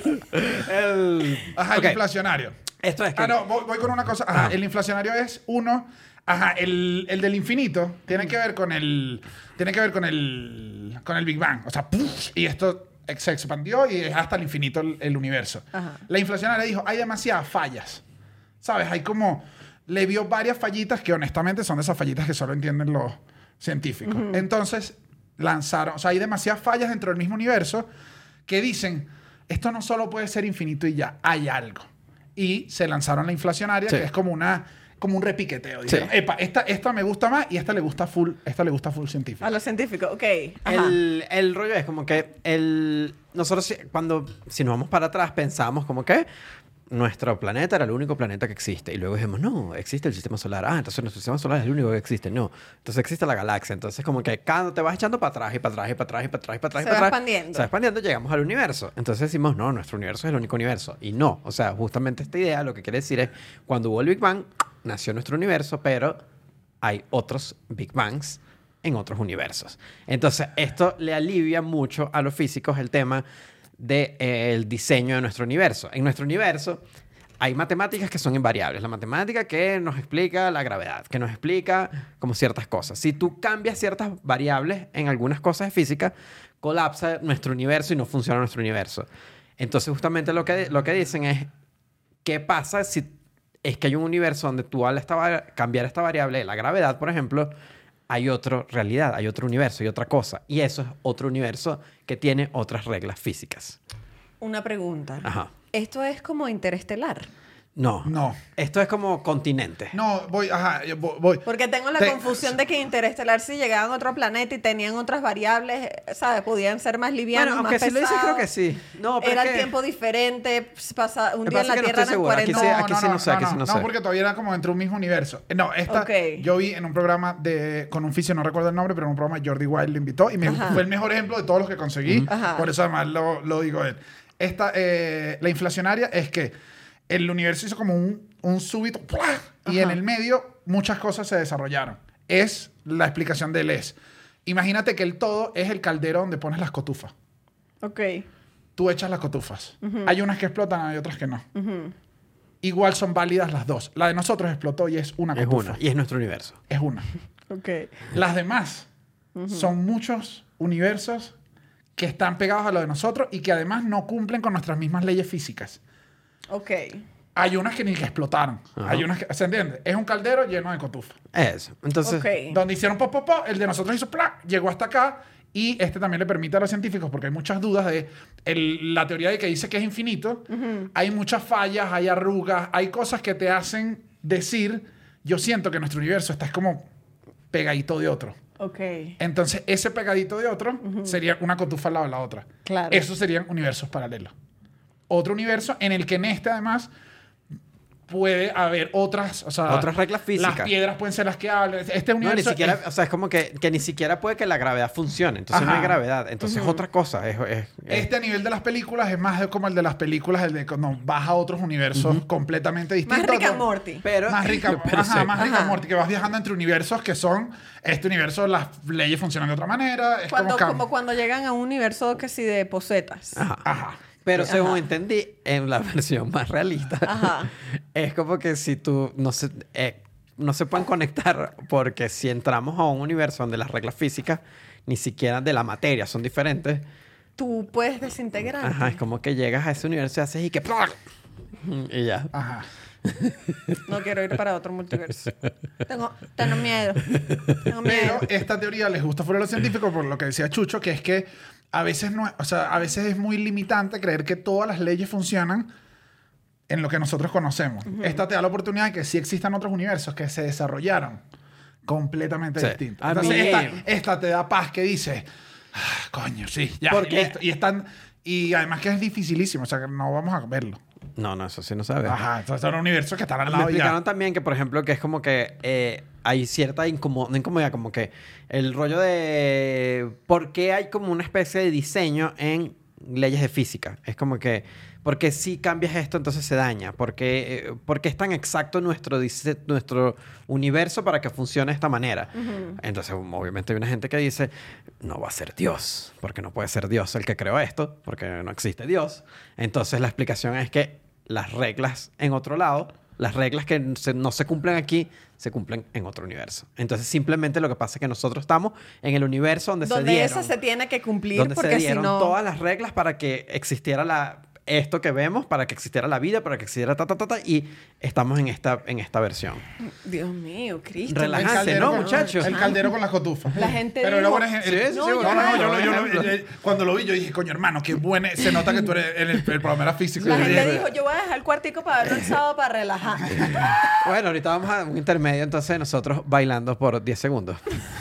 Ajá, Ok. el inflacionario. Esto es que... Ah, no, voy con una cosa. Ajá, el inflacionario es uno. Ajá, el del infinito tiene que ver con el. Tiene que ver con el Big Bang. O sea, ¡puf! Y esto se expandió y es hasta el infinito el universo. Ajá. La inflacionaria dijo: hay demasiadas fallas. ¿Sabes? Hay como. Le vio varias fallitas que honestamente son de esas fallitas que solo entienden los científicos. Entonces lanzaron. O sea, hay demasiadas fallas dentro del mismo universo que dicen: esto no solo puede ser infinito y ya, hay algo. y se lanzaron la inflacionaria, Sí. que es como un repiqueteo. Dijeron, Sí. epa, esta me gusta más y esta le gusta full científico. A los científicos, ok. Ajá. El rollo es como que nosotros si nos vamos para atrás pensábamos como que nuestro planeta era el único planeta que existe. Y luego dijimos, no, existe el sistema solar. Ah, entonces nuestro sistema solar es el único que existe. No. Entonces existe la galaxia. Entonces como que cada te vas echando para atrás y para atrás y para atrás y para atrás y para atrás. Se va expandiendo. Se va expandiendo, llegamos al universo. Entonces decimos, no, nuestro universo es el único universo. Y no. O sea, justamente esta idea lo que quiere decir es, cuando hubo el Big Bang, nació nuestro universo, pero hay otros Big Bangs en otros universos. Entonces, esto le alivia mucho a los físicos el tema del diseño de nuestro universo. En nuestro universo hay matemáticas que son invariables. La matemática que nos explica la gravedad, que nos explica como ciertas cosas. Si tú cambias ciertas variables en algunas cosas de física, colapsa nuestro universo y no funciona nuestro universo. Entonces, justamente lo que dicen es, ¿qué pasa si es que hay un universo donde tú al cambiar esta variable, la gravedad, por ejemplo, hay otra realidad, hay otro universo, hay otra cosa? Y eso es otro universo que tiene otras reglas físicas. Una pregunta. Ajá. ¿Esto es como interestelar? No. No. Esto es como continente. No, voy. Porque tengo la confusión de que interestelar, si llegaban a otro planeta y tenían otras variables, ¿sabes? Podían ser más livianos, Bueno, aunque más si lo dices, pesados. creo que sí. No, pero Era es el que- tiempo diferente, un Me día en pasa la que no Tierra estoy eran seguro. 40. Aquí sí no sé, aquí sí no sé. No, porque todavía era como dentro de un mismo universo. No, esta Ok. yo vi en un programa con un fisio, no recuerdo el nombre, pero en un programa Jordi Wild lo invitó y Ajá. fue el mejor ejemplo de todos los que conseguí. Ajá. Por eso además lo digo él. La inflacionaria es que el universo hizo como un súbito ¡plá! Y Ajá. en el medio muchas cosas se desarrollaron. Es la explicación de él es. Imagínate que el todo es el caldero donde pones las cotufas. Ok. Tú echas las cotufas. Hay unas que explotan, hay otras que no. Igual son válidas las dos. La de nosotros explotó y es una Es cotufa. una. Y es nuestro universo. Es una. Ok. Las demás son muchos universos que están pegados a lo de nosotros y que además no cumplen con nuestras mismas leyes físicas. Ok. Hay unas que ni que explotaron. Ajá. Hay unas que... ¿Se entiende? Es un caldero lleno de cotufas. Eso. Entonces, Ok. Donde hicieron pop, pop, pop, el de nosotros hizo ¡plá! Llegó hasta acá. Y este también le permite a los científicos, porque hay muchas dudas de la teoría de que dice que es infinito. Hay muchas fallas, hay arrugas, hay cosas que te hacen decir, yo siento que nuestro universo está como pegadito de otro. Ok. Entonces, ese pegadito de otro sería una cotufa al lado de la otra. Claro. Esos serían universos paralelos. Otro universo en el que en este, además, puede haber otras, o sea, Otras reglas físicas. Las piedras pueden ser las que hablen. Este no, ni universo siquiera, es- o sea, es como que ni siquiera puede que la gravedad funcione. Entonces no Ajá. hay gravedad. Entonces es otra cosa. Este a nivel de las películas es más como el de las películas, el de cuando vas a otros universos completamente distintos. Más Rick and ¿no? Morty. Pero, Más rica, pero ajá, sí. más Rick Ajá. and Morty, que vas viajando entre universos que son, este universo las leyes funcionan de otra manera, es Como cuando llegan a un universo que sí de posetas. Ajá. Ajá. Pero Ajá. según entendí, en la versión más realista, Ajá. es como que si tú no se pueden conectar porque si entramos a un universo donde las reglas físicas ni siquiera de la materia son diferentes, Tú puedes desintegrar. ajá, es como que llegas a ese universo y haces y que y ya. Ajá. No quiero ir para otro multiverso. Tengo miedo. Tengo Pero miedo. esta teoría les gusta fuera de los científicos por lo que decía Chucho, que es que a veces no, o sea, a veces es muy limitante creer que todas las leyes funcionan en lo que nosotros conocemos. Esta te da la oportunidad de que sí existan otros universos que se desarrollaron completamente Sí. distintos. A Entonces, mí- esta te da paz que dice, coño, sí, ya, Porque- y listo. Y además que es dificilísimo, o sea, que no vamos a verlo. No, eso sí no sabes. Ajá, entonces son universos que están al Me lado y explicaron ya. también que, por ejemplo, que es como que hay cierta no incomodidad, como que el rollo de por qué hay como una especie de diseño en leyes de física. Es como que, porque si cambias esto, entonces se daña. Porque es tan exacto nuestro universo para que funcione de esta manera. Entonces, obviamente hay una gente que dice, no va a ser Dios, porque no puede ser Dios el que creó esto, porque no existe Dios. Entonces, la explicación es que las reglas en otro lado, las reglas que no se cumplen aquí, se cumplen en otro universo. Entonces, simplemente lo que pasa es que nosotros estamos en el universo donde se Donde dieron, esa se tiene que cumplir donde porque se si dieron no... todas las reglas para que existiera esto que vemos para que existiera la vida, para que existiera y estamos en esta versión. Dios mío, Cristo. Relajante, ¿no, con- muchachos? El caldero con las cotufas. La gente Pero dijo- era buena Sí, sí, No, sí, yo No, no, yo, no. lo- cuando lo vi, yo dije, coño, hermano, qué buena. Se nota que tú eres el programa era físico. La Yo gente dije, dijo, yo voy a dejar el cuartico para verlo el sábado para relajar. Bueno, ahorita vamos a un intermedio, entonces nosotros bailando por 10 segundos.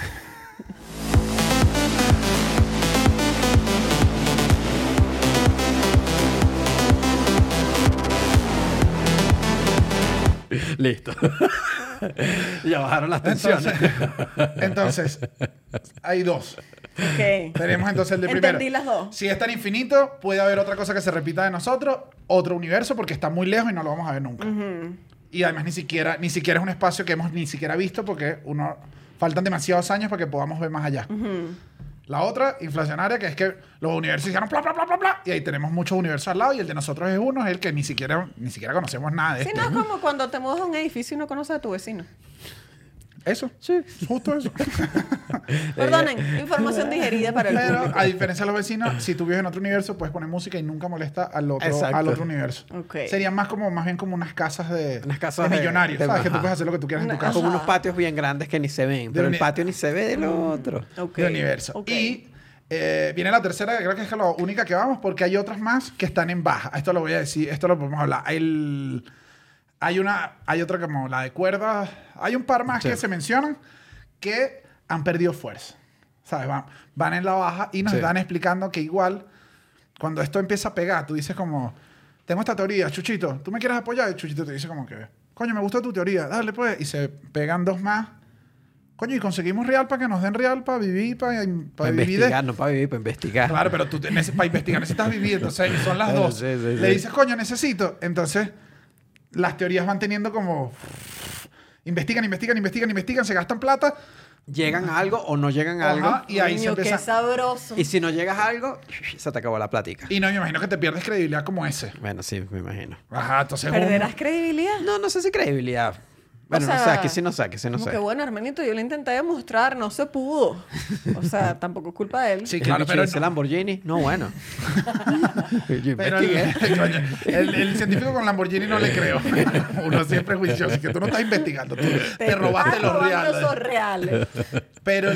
Listo. Ya bajaron las tensiones. Entonces, hay dos. Ok. Tenemos entonces el de primero. Entendí las dos. Si es tan infinito, puede haber otra cosa que se repita de nosotros, otro universo, porque está muy lejos y no lo vamos a ver nunca. Y además ni siquiera es un espacio que hemos ni siquiera visto porque faltan demasiados años para que podamos ver más allá. La otra, inflacionaria, que es que los universos hicieron bla, bla, bla, bla, bla, y ahí tenemos muchos universos al lado y el de nosotros es uno, es el que ni siquiera conocemos nada de Sí, esto. no, es como cuando te mudas a un edificio y no conoces a tu vecino. Eso, justo eso. Perdonen, información digerida para el Pero público. a diferencia de los vecinos, si tú vives en otro universo, puedes poner música y nunca molesta Exacto. al otro universo. Ok. Serían más bien como unas casas de de- millonarios, de- ¿sabes? Que tú ajá. puedes hacer lo que tú quieras en tu Ajá. casa. Con unos patios bien grandes que ni se ven, pero el uni- patio ni se ve del otro. Ok. De universo. Ok. Y viene la tercera, que creo que es la única que vamos, porque hay otras más que están en baja. Esto lo voy a decir, esto lo podemos hablar. Hay otra como la de cuerdas. Hay un par más Sí. que se mencionan que han perdido fuerza. ¿Sabes? Van en la baja y nos Sí. están explicando que igual, cuando esto empieza a pegar, tú dices como, tengo esta teoría, Chuchito, ¿tú me quieres apoyar? Y Chuchito te dice como que, coño, me gusta tu teoría, dale pues. Y se pegan dos más. Coño, y conseguimos real para que nos den real para vivir, para Para vivir de... investigar, no para vivir, para investigar. Claro, pero tú para investigar necesitas vivir, entonces son las dos. Sí, sí, Le sí. dices, coño, necesito. Entonces, las teorías van teniendo como... Investigan, se gastan plata. ¿Llegan a algo o no llegan a algo? Ajá, y ahí se Coño, qué empieza... sabroso. Y si no llegas a algo, se te acabó la plática. Y no, me imagino que te pierdes credibilidad como ese. Bueno, sí, me imagino. Ajá, entonces... ¿Perderás credibilidad? No sé si credibilidad. Bueno, no sé, aquí sí no sé, aquí sí no como sé. que bueno, hermanito, yo le intenté demostrar, no se pudo. O sea, tampoco es culpa de él. Sí, El claro, bicho pero... dice Lamborghini, no, bueno. Yo Pero investigué. coño, el científico con Lamborghini no le creo. Uno siempre es juicioso. Que tú no estás investigando. Tú te robaste estás los robando esos reales. reales. Pero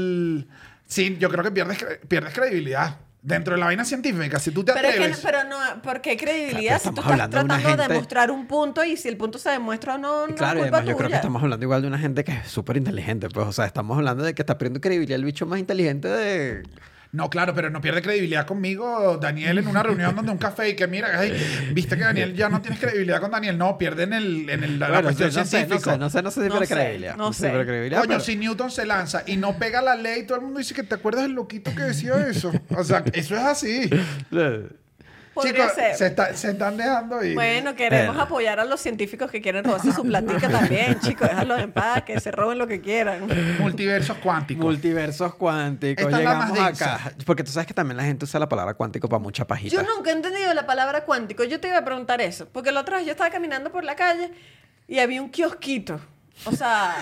sí, yo creo que pierdes credibilidad. Dentro de la vaina científica, si tú te Pero es atreves... que pero no, ¿por qué credibilidad? Si tú Estamos estás hablando de una tratando de gente- demostrar un punto y si el punto se demuestra o no, no Claro, y es culpa además yo creo que tuya. estamos hablando igual de una gente que es súper inteligente. Pues, o sea, estamos hablando de que está perdiendo credibilidad el bicho más inteligente de... No, claro, pero no pierde credibilidad conmigo Daniel en una reunión donde un café y que mira, ay, viste que Daniel ya no tienes credibilidad con Daniel. No, pierde en la Bueno, cuestión no sé científica. si pierde No sé, credibilidad. no si sé. pierde credibilidad, Coño, pero- si Newton se lanza y no pega la ley, todo el mundo dice que te acuerdas del loquito que decía eso. O sea, eso es así. Podría Chicos, ser. se están dejando y... Bueno, queremos apoyar a los científicos que quieren robarse su platica también, chicos. Déjalos en paz, que se roben lo que quieran. Multiversos cuánticos. Multiversos cuánticos, Esta es la más llegamos densa. acá. Porque tú sabes que también la gente usa la palabra cuántico para mucha pajita. Yo nunca he entendido la palabra cuántico. Yo te iba a preguntar eso. Porque la otra vez yo estaba caminando por la calle y había un kiosquito. O sea,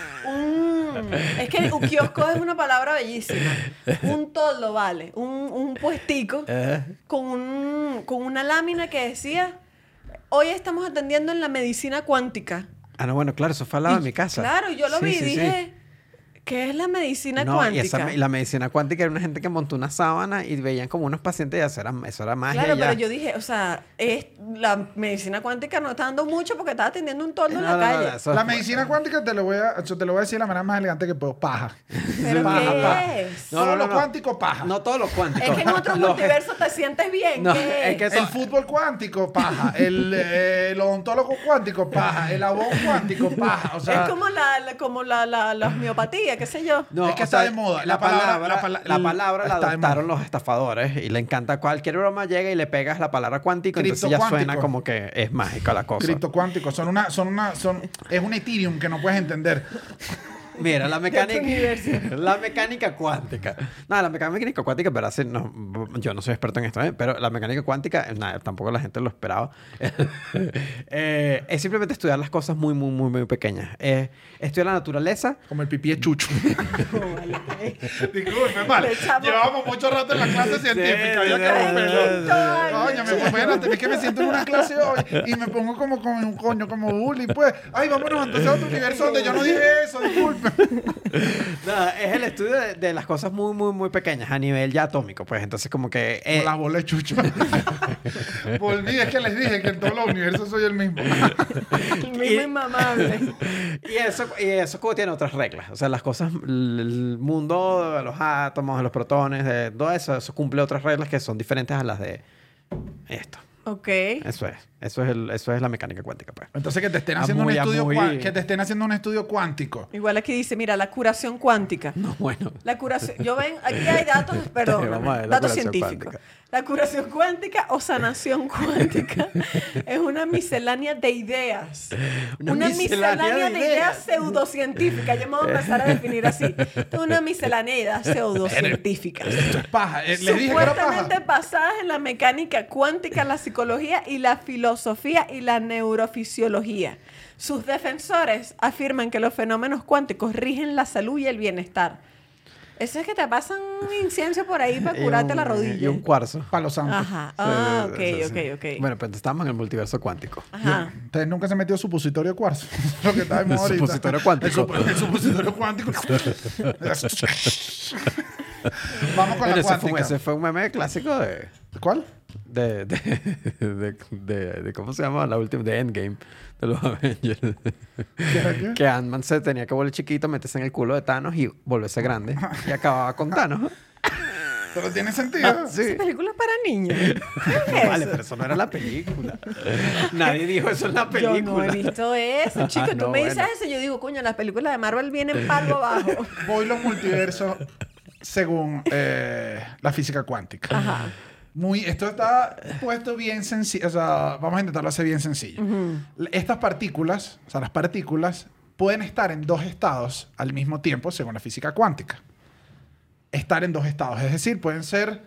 es que un kiosco es una palabra bellísima. Un toldo, vale. Un puestico con una lámina que decía: hoy estamos atendiendo en la medicina cuántica. Ah, no, bueno, claro, eso fue al lado de mi casa. Claro, yo lo Sí, vi y sí, sí. dije: ¿qué es la medicina No, y cuántica? la medicina cuántica era una gente que montó una sábana y veían como unos pacientes y eso era magia. Claro, y ya. pero yo dije, o sea, la medicina cuántica no está dando mucho porque estaba atendiendo un toldo en No, la no, calle. no, eso La es- medicina cuántica te lo voy a decir de la manera más elegante que puedo. Paja. ¿Pero Paja, qué paja. es? No, Todo no, lo no. cuántico, paja. No todos los cuánticos. Es que en otro Los- multiverso te sientes bien. No, ¿qué es que El fútbol cuántico, paja. El odontólogo cuántico, paja. El abogado cuántico, paja. O sea, es como la homeopatía, qué sé yo. No, Es que o está sea, de moda. La palabra la está de adoptaron moda. los estafadores y le encanta. Cualquier broma llega y le pegas la palabra cuántico, entonces ya Criptocuántico. suena como que es mágica la cosa. criptocuánticos. Es un Ethereum que no puedes entender. Mira, la de tu universo. mecánica, la mecánica cuántica. No, la mecánica cuántica, pero yo no soy experto en esto, pero la mecánica cuántica, nada, tampoco la gente lo esperaba. Es simplemente estudiar las cosas muy, muy, muy, muy pequeñas. Estudiar la naturaleza. Como el pipí de chucho. No, vale. Disculpe, mal. Le echamos- Llevábamos mucho rato en la clase científica. Sí, Había que romperlo. Ay, Coño, me bueno, es que me siento en una clase hoy y me pongo como un coño, como bully, pues. Ay, vámonos entonces a otro universo donde yo no dije eso, disculpe. Nada, es el estudio de las cosas muy, muy, muy pequeñas a nivel ya atómico, pues. Entonces, como que... Como la bola de chucho. Volví, es que les dije que en todos los universos soy el mismo. El mismo inmamable. Y eso como tiene otras reglas. O sea, las cosas, el mundo de los átomos, de los protones, de todo eso, eso cumple otras reglas que son diferentes a las de esto. Ok. Eso es la mecánica cuántica, pues. Entonces que te estén haciendo un Muy, estudio muy- que te estén haciendo un estudio cuántico. Igual aquí dice, mira, la curación cuántica. No, bueno. La curación, aquí hay datos, perdón, Vamos a ver la datos curación científicos. cuántica. La curación cuántica o sanación cuántica es una miscelánea de ideas. Una miscelánea de ideas. pseudocientífica. Yo me voy a empezar a definir así. Una miscelánea de ideas pseudocientíficas. Esto es paja. Les dije que era Supuestamente paja. basadas en la mecánica cuántica, la psicología y la filosofía y la neurofisiología. Sus defensores afirman que los fenómenos cuánticos rigen la salud y el bienestar. Eso es que te pasan un incienso por ahí para curarte la rodilla. Y un cuarzo. Palo santo. Ajá. Ah, ok, Sí, sí. ok. Bueno, pues estamos en el multiverso cuántico. Ajá. Ustedes nunca se metió supositorio de cuarzo. Lo que está de moda El ahorita. supositorio cuántico. El supositorio cuántico. Vamos con Bueno, la ese cuántica. fue un meme clásico ¿Cuál? de ¿cómo se llama? La última, de Endgame, de los Avengers. ¿Qué era qué? Que Ant-Man se tenía que volver chiquito, meterse en el culo de Thanos y volverse grande. Y acababa con Thanos. Pero tiene sentido. Sí. Esa película es para niños. ¿Qué es Vale, eso? pero eso no era la película. Nadie dijo eso en la Yo película. no he visto eso, chico. Tú No, me dices bueno. eso y yo digo, coño, las películas de Marvel vienen palo abajo. Voy los multiversos según la física cuántica. Ajá. Esto está puesto bien sencillo. O sea, vamos a intentarlo hacer bien sencillo. Estas partículas, o sea, las partículas, pueden estar en dos estados al mismo tiempo, según la física cuántica. Estar en dos estados. Es decir, pueden ser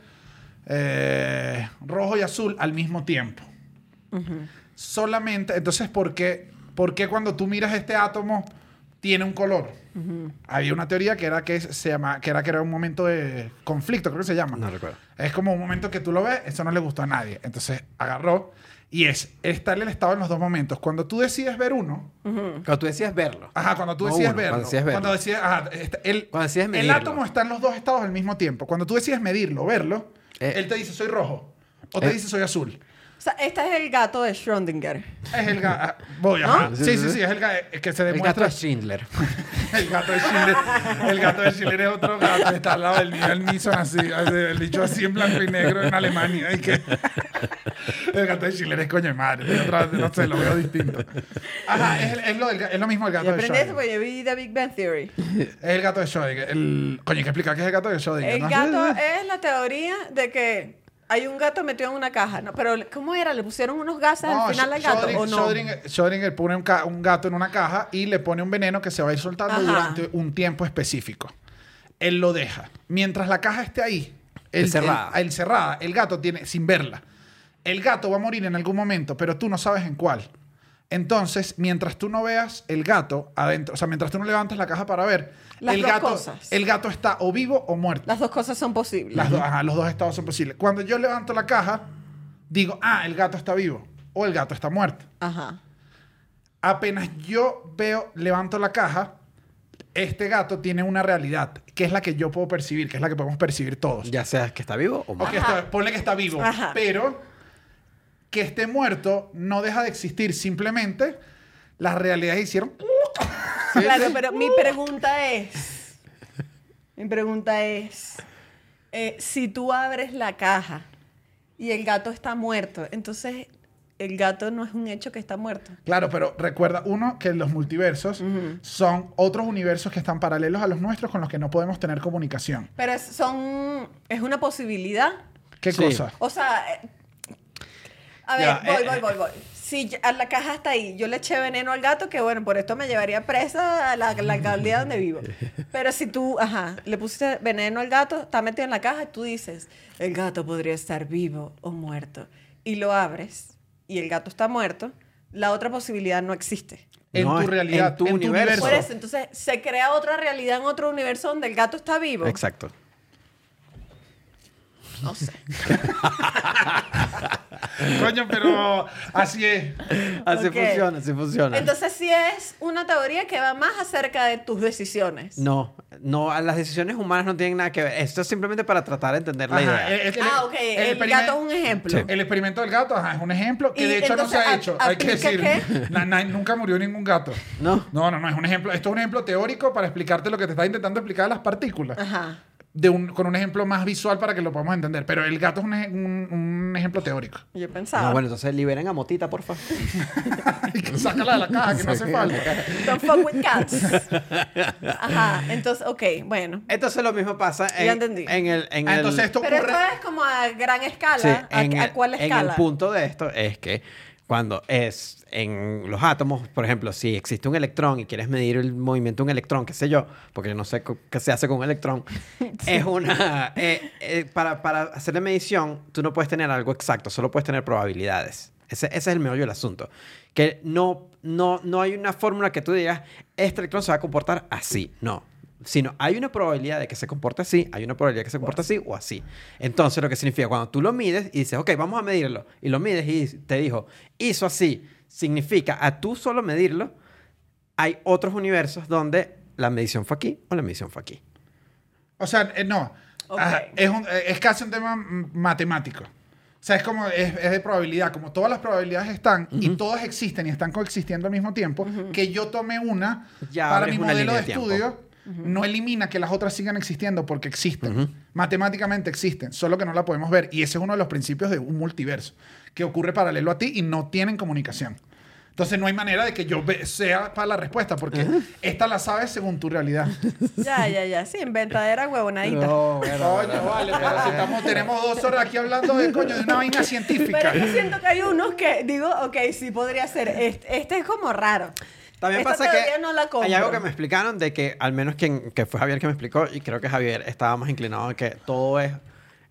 rojo y azul al mismo tiempo. Solamente, entonces, ¿por qué cuando tú miras este átomo tiene un color? Había una teoría que era que era un momento de conflicto, creo que se llama. No recuerdo. Es como un momento que tú lo ves, eso no le gustó a nadie. Entonces agarró y estar en el estado en los dos momentos. Cuando tú decides ver uno, Cuando tú decías verlo. ajá, cuando tú No decides uno, verlo, cuando decides verlo. cuando decides, ajá, Cuando decides el medirlo. átomo está en los dos estados al mismo tiempo. Cuando tú decides medirlo, verlo, él te dice soy rojo o te dice soy azul. O sea, este es el gato de Schrödinger. Es el gato. Voy, ¿No? ajá. Sí, Sí, sí, sí, sí. sí, es el gato que se El gato demuestra. es Schindler. El gato de Schiller. El gato de Schiller es otro gato. Está al lado del Liam Neeson, así. El dicho así en blanco y negro en Alemania. Y que... El gato de Schiller es coño de madre. No sé, lo veo distinto. Ajá, es lo mismo el gato Y de aprendí eso Schrödinger. porque yo vi The Big Bang Theory. Es el gato de Schrödinger. Coño, hay que explicar qué es el gato de Schrödinger, El ¿no? gato es la teoría de que hay un gato metido en una caja, ¿no? Pero ¿cómo era? ¿Le pusieron unos gases al final al gato o no? Schrödinger pone un gato en una caja y le pone un veneno que se va a ir soltando Ajá. durante un tiempo específico. Él lo deja. Mientras la caja esté ahí, cerrada, el gato tiene, sin verla. El gato va a morir en algún momento, pero tú no sabes en cuál. Entonces, mientras tú no veas el gato adentro, o sea, mientras tú no levantes la caja para ver, Las el dos gato, cosas. el gato está o vivo o muerto. Las dos cosas son posibles. Los dos estados son posibles. Cuando yo levanto la caja, digo, el gato está vivo o el gato está muerto. Ajá. Apenas yo levanto la caja, este gato tiene una realidad, que es la que yo puedo percibir, que es la que podemos percibir todos. Ya sea que está vivo o Ok, muerto. ponle que está vivo, Ajá. pero que esté muerto no deja de existir. Simplemente las realidades hicieron... Claro, pero mi pregunta es, si tú abres la caja y el gato está muerto, entonces el gato no es un hecho que está muerto. Claro, pero recuerda, uno, que los multiversos son otros universos que están paralelos a los nuestros con los que no podemos tener comunicación. Pero es una posibilidad. ¿Qué Sí. cosa? O sea, a ver, Ya, voy. si la caja está ahí, yo le eché veneno al gato, que bueno, por esto me llevaría presa a la alcaldía donde vivo. Pero si tú, le pusiste veneno al gato, está metido en la caja y tú dices, el gato podría estar vivo o muerto. Y lo abres y el gato está muerto, la otra posibilidad no existe. En No, tu es realidad, en tu universo. Por eso, entonces se crea otra realidad en otro universo donde el gato está vivo. Exacto. No sé. Coño, pero así es. Así Ok. funciona, así funciona. Entonces sí es una teoría que va más acerca de tus decisiones. No, las decisiones humanas no tienen nada que ver. Esto es simplemente para tratar de entender la Ajá, idea. Ok, el gato es un ejemplo. Sí. El experimento del gato, es un ejemplo que Y de hecho no se entonces, ha hecho. Hay que ¿aplica decir, nunca murió ningún gato. No. No, es un ejemplo. Esto es un ejemplo teórico para explicarte lo que te está intentando explicar de las partículas. Ajá. Con un ejemplo más visual para que lo podamos entender. Pero el gato es un ejemplo teórico. Yo pensaba. No, bueno, entonces liberen a Motita, por favor. Y que sácala de la caja, que no hace falta. Don't fuck with cats. Ajá. Entonces, ok, bueno. Entonces lo mismo pasa Ya entendí. Entonces esto Pero ocurre... esto es como a gran escala. Sí, ¿A cuál escala? En el punto de esto es que cuando es en los átomos, por ejemplo, si existe un electrón y quieres medir el movimiento de un electrón, qué sé yo, porque yo no sé qué se hace con un electrón, es una... para hacer la medición, tú no puedes tener algo exacto, solo puedes tener probabilidades. Ese es el meollo del asunto. Que no hay una fórmula que tú digas, este electrón se va a comportar así. No. Sino hay una probabilidad de que se comporte así, hay una probabilidad de que se comporte así o así. Entonces, lo que significa cuando tú lo mides y dices, ok, vamos a medirlo, y lo mides y te dijo, hizo así, significa a tú solo medirlo, hay otros universos donde la medición fue aquí o la medición fue aquí. O sea, no. Ok. Es casi un tema matemático. O sea, es de probabilidad. Como todas las probabilidades están y todas existen y están coexistiendo al mismo tiempo, que yo tome una Ya para abres mi una modelo de línea de tiempo. estudio no elimina que las otras sigan existiendo porque existen. Matemáticamente existen, solo que no la podemos ver. Y ese es uno de los principios de un multiverso, que ocurre paralelo a ti y no tienen comunicación. Entonces no hay manera de que yo sea para la respuesta, porque esta la sabes según tu realidad. Ya. Sí, inventadera huevonadita. No, Coño, vale, pero si tenemos 2 horas aquí hablando de una vaina científica. Pero es que siento que hay unos que digo, ok, sí podría ser. Este es como raro. También Esta pasa que teoría no la compro. hay algo que me explicaron de que, al menos que fue Javier que me explicó, y creo que Javier estaba más inclinado en que todo es,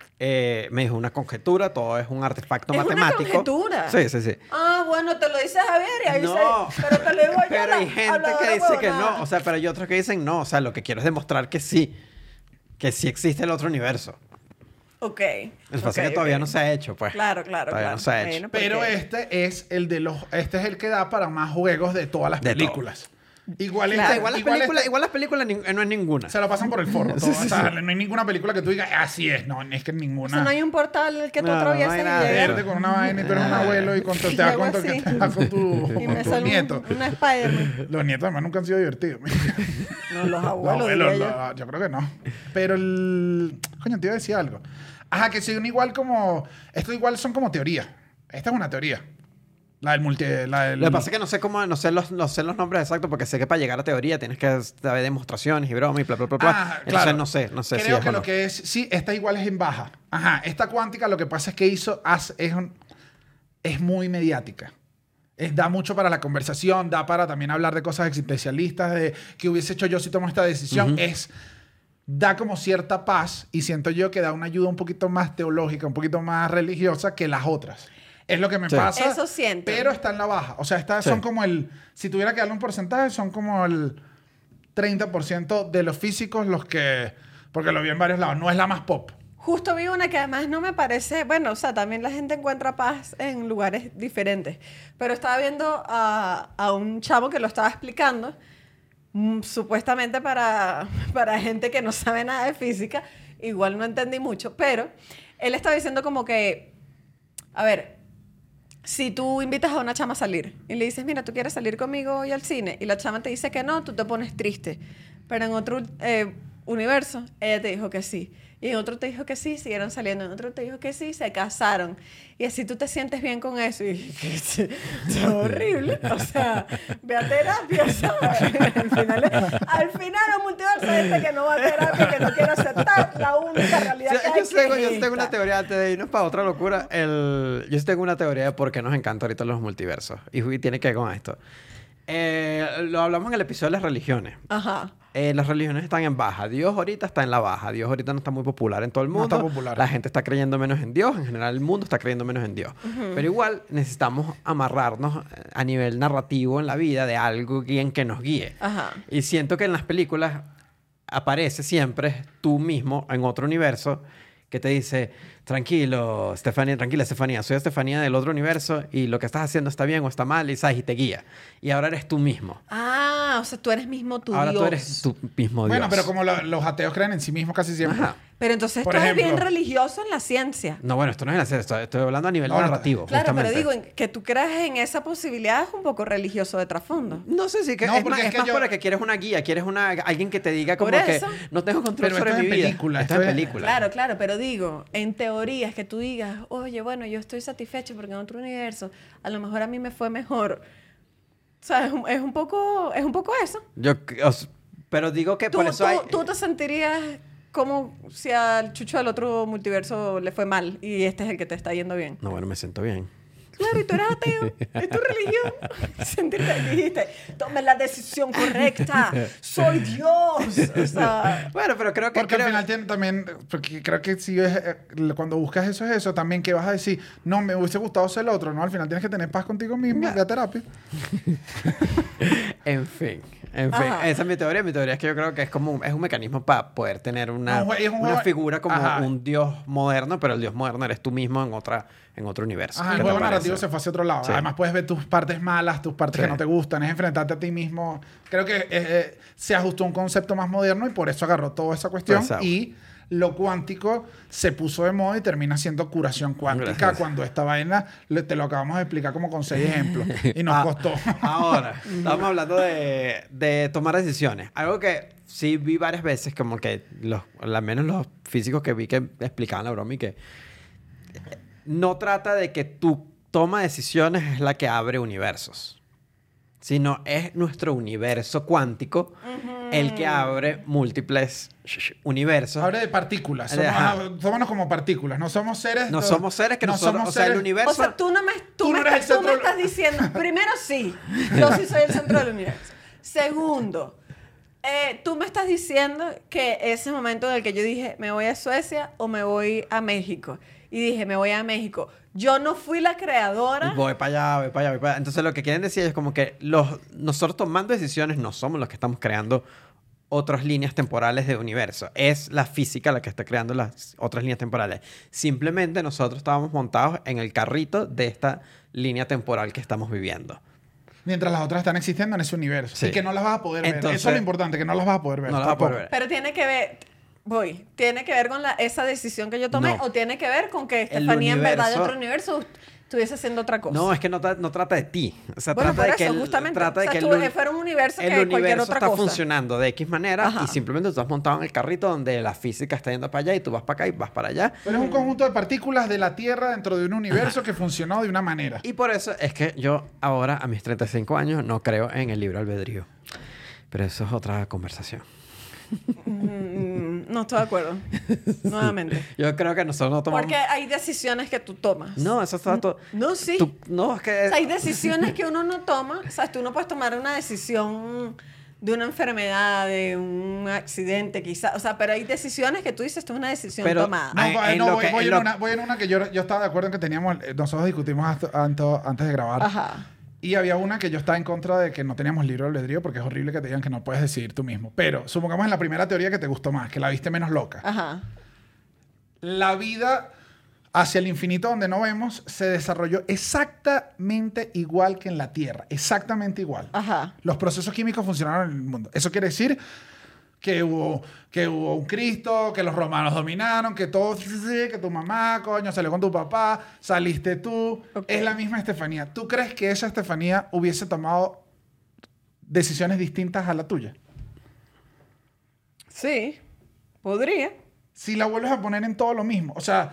me dijo, una conjetura, todo es un artefacto Es una matemático. conjetura. Sí. Ah, bueno, te lo dice Javier y ahí No, pero te lo digo yo. pero hay gente habladora que dice que huevonada. no, o sea, pero hay otros que dicen no, o sea, lo que quiero es demostrar que sí existe el otro universo. Ok. Lo que pasa es que todavía no se ha hecho, pues. Claro. Todavía no se ha hecho. Bueno, Pero porque- este es el que da para más juegos de todas las De películas. Igual, Claro, Igual las películas no es ninguna. se lo pasan por el forro. todo. O sea, no hay ninguna película que tú digas, así es. No, es que O ninguna. sea, no hay un portal en el que tú No, no atraviesas hay y nada de llegas. Verde con una vaina y tú eres un abuelo y te das hago cuenta que así. estás con tu Y me tu sale nieto. una Spider-Man. Los nietos además nunca han sido divertidos. No, los Los abuelos, abuelos, diría yo. yo creo que no. Pero coño, te iba a decir algo. Ajá, que son igual como... Estos igual son como teorías. Esta es una teoría. La del Lo que pasa es que no sé los nombres exactos porque sé que para llegar a teoría tienes que saber demostraciones y broma y bla, bla, bla, bla. Ah, Entonces claro. no sé Creo si es que o no. lo que es... Sí, esta igual es en baja. Ajá, esta cuántica lo que pasa es que es muy mediática. Da mucho para la conversación, da para también hablar de cosas existencialistas, de qué hubiese hecho yo si tomo esta decisión. Da como cierta paz y siento yo que da una ayuda un poquito más teológica, un poquito más religiosa que las otras. Es lo que me Sí. pasa. Eso siento. Pero está en la baja. O sea, estas Sí. son como si tuviera que darle un porcentaje, son como el 30% de los físicos los que... Porque lo vi en varios lados. No es la más pop. Justo vi una que además no me parece, bueno, o sea, también la gente encuentra paz en lugares diferentes, pero estaba viendo a un chamo que lo estaba explicando, supuestamente para gente que no sabe nada de física, igual no entendí mucho, pero él estaba diciendo como que, a ver, si tú invitas a una chama a salir y le dices, mira, ¿tú quieres salir conmigo hoy al cine? Y la chama te dice que no, tú te pones triste, pero en otro universo, ella te dijo que sí. Y en otro te dijo que sí, siguieron saliendo. En otro te dijo que sí, se casaron. Y así tú te sientes bien con eso. Y que es horrible. O sea, ve a terapia, ¿sabes? Al final los multiversos hay gente que no va a terapia, que no quiere aceptar la única realidad que hay. Yo tengo una teoría, antes de irnos para otra locura. Yo sí tengo una teoría de por qué nos encanta ahorita los multiversos. Y tiene que ver con esto. Lo hablamos en el episodio de las religiones. Ajá. Las religiones están en baja. Dios ahorita está en la baja. Dios ahorita no está muy popular en todo el No mundo. está popular. La gente está creyendo menos en Dios. En general, el mundo está creyendo menos en Dios. Pero igual necesitamos amarrarnos a nivel narrativo en la vida de algo que nos guíe. Ajá. Y siento que en las películas aparece siempre tú mismo en otro universo que te dice, tranquilo, tranquila, Estefanía, soy Estefanía del otro universo y lo que estás haciendo está bien o está mal y sabes, y te guía. Y ahora eres tú mismo. Ah, o sea, tú eres mismo tu Ahora Dios. tú eres tu mismo Dios. Bueno, pero como los ateos creen en sí mismos casi siempre. Ajá. Pero entonces Por esto es bien ejemplo. religioso en la ciencia. No, bueno, esto no es hacer esto. Estoy hablando a nivel No, no, narrativo, Claro, justamente. pero digo, que tú creas en esa posibilidad es un poco religioso de trasfondo. No sé si que No, es porque más, es es que más yo- porque quieres una guía, quieres alguien que te diga como Por que eso. no tengo control Pero sobre esto mi es en vida. película, Esto esto es en es- película. Claro, pero digo, en teorías que tú digas, oye, bueno, yo estoy satisfecho porque en otro universo a lo mejor a mí me fue mejor. O sea, es un poco eso. Pero digo que Tú, por eso tú- hay... tú te sentirías como si al chucho del otro multiverso le fue mal y este es el que te está yendo bien. No, bueno, me siento bien. Claro, y tú eres ateo, es tu religión. Sentirte, dijiste, tome la decisión correcta, soy Dios. O sea, Bueno, pero creo que... Porque al final tiene también, porque creo que si ves, cuando buscas eso también que vas a decir, no, me hubiese gustado ser el otro, ¿no? Al final tienes que tener paz contigo mismo, ve a terapia. En fin. Ajá. Esa es mi teoría. Mi teoría es que yo creo que es un mecanismo para poder tener una Es un juego- figura como Ajá. un dios moderno, pero el dios moderno eres tú mismo en otro universo. Ajá, ¿Qué el te juego parece? narrativo se fue hacia otro lado. Sí. Además puedes ver tus partes malas, tus partes Sí. que no te gustan, es enfrentarte a ti mismo. Creo que se ajustó a un concepto más moderno y por eso agarró toda esa cuestión. Exacto. Y lo cuántico se puso de moda y termina siendo curación cuántica. Gracias. Cuando esta vaina te lo acabamos de explicar como con 6 ejemplos. Y nos Ah, costó. Ahora, estamos hablando de tomar decisiones. Algo que sí vi varias veces, como que al menos los físicos que vi que explicaban la broma y que no trata de que tu toma de decisiones es la que abre universos, sino es nuestro universo cuántico el que abre múltiples universos. Habla de partículas. Ajá. Somos como partículas. No somos seres. No somos seres que no nosotros, somos o sea, el seres- universo... o sea, tú Tú no eres el tú me centro- estás diciendo, primero sí, yo sí soy el centro del universo. Segundo, tú me estás diciendo que ese momento en el que yo dije, me voy a Suecia o me voy a México. Y dije, me voy a México. Yo no fui la creadora. Voy para allá, voy para allá, voy para allá. Entonces lo que quieren decir es como que nosotros tomando decisiones no somos los que estamos creando otras líneas temporales de universo. Es la física la que está creando las otras líneas temporales. Simplemente nosotros estábamos montados en el carrito de esta línea temporal que estamos viviendo. Mientras las otras están existiendo en ese universo. Sí. Y que no las vas a poder ver. Entonces- Eso es lo importante, que no las vas a poder ver. No las vas a poder ver. Pero tiene que ver, tiene que ver con esa decisión que yo tomé No. o tiene que ver con que Estefanía en verdad de universo- otro universo estuviese haciendo otra cosa. No, es que no trata de ti. O sea, Bueno, trata por de eso, que justamente. trata de O sea, que fuera un universo el que cualquier universo otra está cosa. funcionando de X manera Ajá. y simplemente tú estás montado en el carrito donde la física está yendo para allá y tú vas para acá y vas para allá. Pero es un conjunto de partículas de la Tierra dentro de un universo que funcionó de una manera. Y por eso es que yo ahora, a mis 35 años, no creo en el libre albedrío. Pero eso es otra conversación. No estoy de acuerdo. Nuevamente. Yo creo que nosotros no tomamos... Porque hay decisiones que tú tomas. No, eso está todo... No, sí. No, es que... O sea, hay decisiones que uno no toma. O sea, tú no puedes tomar una decisión de una enfermedad, de un accidente, quizás. O sea, pero hay decisiones que tú dices, esto es una decisión Pero- tomada. No, en lo que- voy en en lo- una, voy en una que yo estaba de acuerdo en que teníamos, nosotros discutimos antes de grabar. Ajá. Y había una que yo estaba en contra de que no teníamos libre albedrío porque es horrible que te digan que no puedes decidir tú mismo. Pero supongamos en la primera teoría que te gustó más, que la viste menos loca. Ajá. La vida hacia el infinito donde no vemos se desarrolló exactamente igual que en la Tierra. Exactamente igual. Ajá. Los procesos químicos funcionaron en el mundo. Eso quiere decir que hubo un Cristo, que los romanos dominaron, que todo, que tu mamá, coño, salió con tu papá, saliste tú. Ok. Es la misma Estefanía. ¿Tú crees que esa Estefanía hubiese tomado decisiones distintas a la tuya? Sí. Podría. si la vuelves a poner en todo lo mismo. O sea,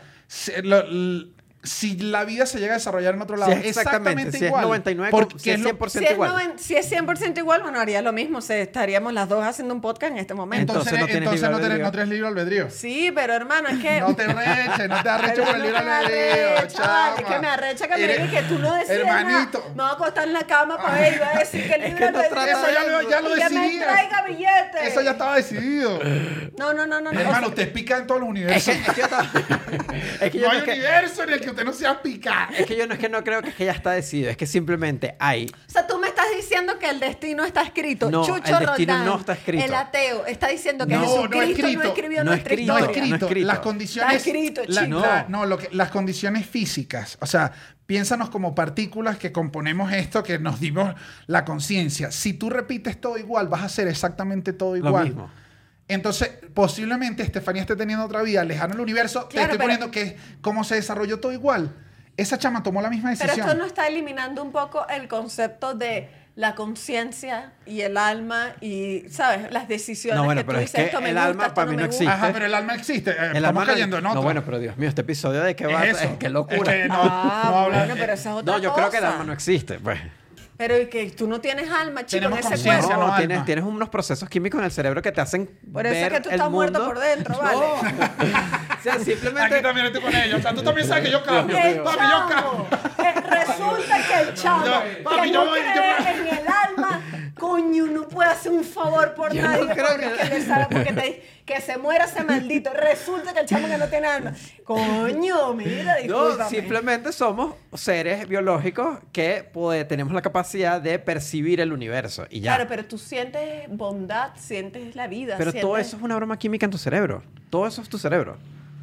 si la vida se llega a desarrollar en otro lado, Si es exactamente, si es igual. 99, Porque si es es lo- 100% igual. Si es 100% igual, bueno, haría lo mismo. Estaríamos las dos haciendo un podcast en este momento. Entonces no tienes libre no albedrío. tienes libre albedrío. Sí, pero hermano, es que... No te arreches por el libre No me albedrío, arrecha, vale, chama. que me arrecha que me digan que tú no decides Hermanito. nada. Me voy a acostar en la cama para ver y voy a decir que el libre que no albedrío trata es de eso, ya lo y que me decidías. traiga billetes. Eso ya estaba decidido. No. Hermano, usted es pica en todos los Es universos. que yo es que yo No no hay es que, universo en el que usted no sea pica. es que yo no es que no creo que es que ya está decidido, es que simplemente hay. O sea, tú me estás diciendo que el destino está escrito. No, Chucho el destino Roldán, no está escrito. El ateo está diciendo que No, Jesucristo no escrito. no escribió No nuestra escrito. No historia. escrito. No escrito. Las condiciones. Está escrito, chico. Las condiciones físicas. O sea, piénsanos como partículas que componemos esto, que nos dimos la conciencia. Si tú repites todo igual, vas a hacer exactamente todo Lo igual. mismo. Entonces, posiblemente Estefanía esté teniendo otra vida lejana al universo. Claro, te estoy pero- poniendo que cómo se desarrolló todo igual. Esa chama tomó la misma Pero decisión. esto no está eliminando un poco el concepto de la conciencia y el alma y, ¿sabes? Las decisiones No, bueno, que tú pero es dices, que esto me el gusta, alma esto para no mí me no gusta. existe. Ajá, pero el alma existe. El Estamos alma cayendo en otro. No, bueno, pero Dios mío, este episodio de qué va, Es eso. qué locura. Es que no Bueno, habla- pero esa es otra No, yo cosa. creo que el alma no existe, pues. Pero y que tú no tienes alma, chico, Tenemos en ese conciencia, cuerpo. no No, alma. tienes unos procesos químicos en el cerebro que te hacen Por eso es ver que tú el estás muerto mundo. por dentro, ¿vale? No. O sea, simplemente... Aquí también estoy con ellos. O sea, tú también sabes que yo cambio. El Papi, yo chamo, cambio. resulta que el chamo Papi, que yo no voy- cree en el alma, coño, no puede hacer un favor por Yo nadie no creo porque que- le sabe, porque que se muera ese maldito. Resulta que el chamo que no tiene alma. Coño, mira, No, discúlpame. simplemente somos seres biológicos que tenemos la capacidad de percibir el universo y ya. Claro, pero tú sientes bondad, sientes la vida. Pero todo sientes- eso es una broma química en tu cerebro. Todo eso es tu cerebro.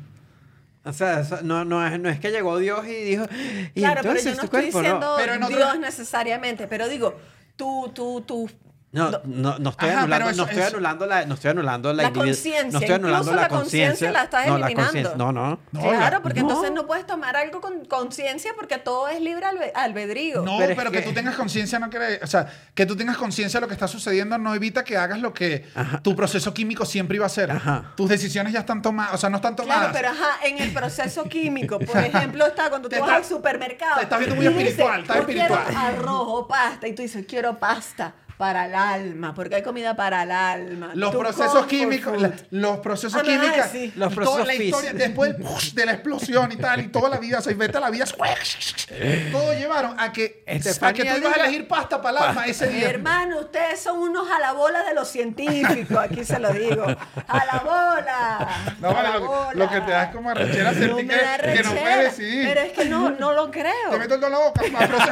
O sea, no es que llegó Dios y dijo... Y Claro, pero entonces yo no tu estoy cuerpo, diciendo Pero en otro- Dios necesariamente, pero digo, tú No estoy Ajá, anulando, pero no estoy eso- anulando la, no estoy anulando la La individu- conciencia, no estoy anulando incluso la la conciencia la estás no, eliminando. conciencia, no. No, claro, porque no. entonces no puedes tomar algo con conciencia porque todo es libre albedrío. No, Pero pero, es que que- tú tengas conciencia no quiere... O sea, que tú tengas conciencia de lo que está sucediendo no evita que hagas lo que Ajá. tu proceso químico siempre iba a hacer. Ajá. Tus decisiones ya están tomadas. O sea, no están tomadas. Claro, pero ajá, en el proceso químico, por ejemplo, está cuando tú Te vas está- al supermercado. te estás viendo muy y dices, espiritual, estás "Yo quiero espiritual". arroz o pasta, y tú dices, quiero pasta para el alma, porque hay comida para el alma. Los Tu procesos comfort químicos, food. los procesos Ah, no, químicos, sí. Los toda procesos la historia, físicos. después de la explosión y tal, y toda la vida, o sea, vete a la vida, todo llevaron a que tú Estefanía ibas a dijo- elegir pasta para el alma ese día. Hermano, ustedes son unos jalabolas de los científicos, aquí se lo digo. ¡Jalabola! No, vale, lo que te da es como arrechera sentir No me da que no rechera, puedes decidir. pero es que no lo creo. Te meto el dedo en la boca.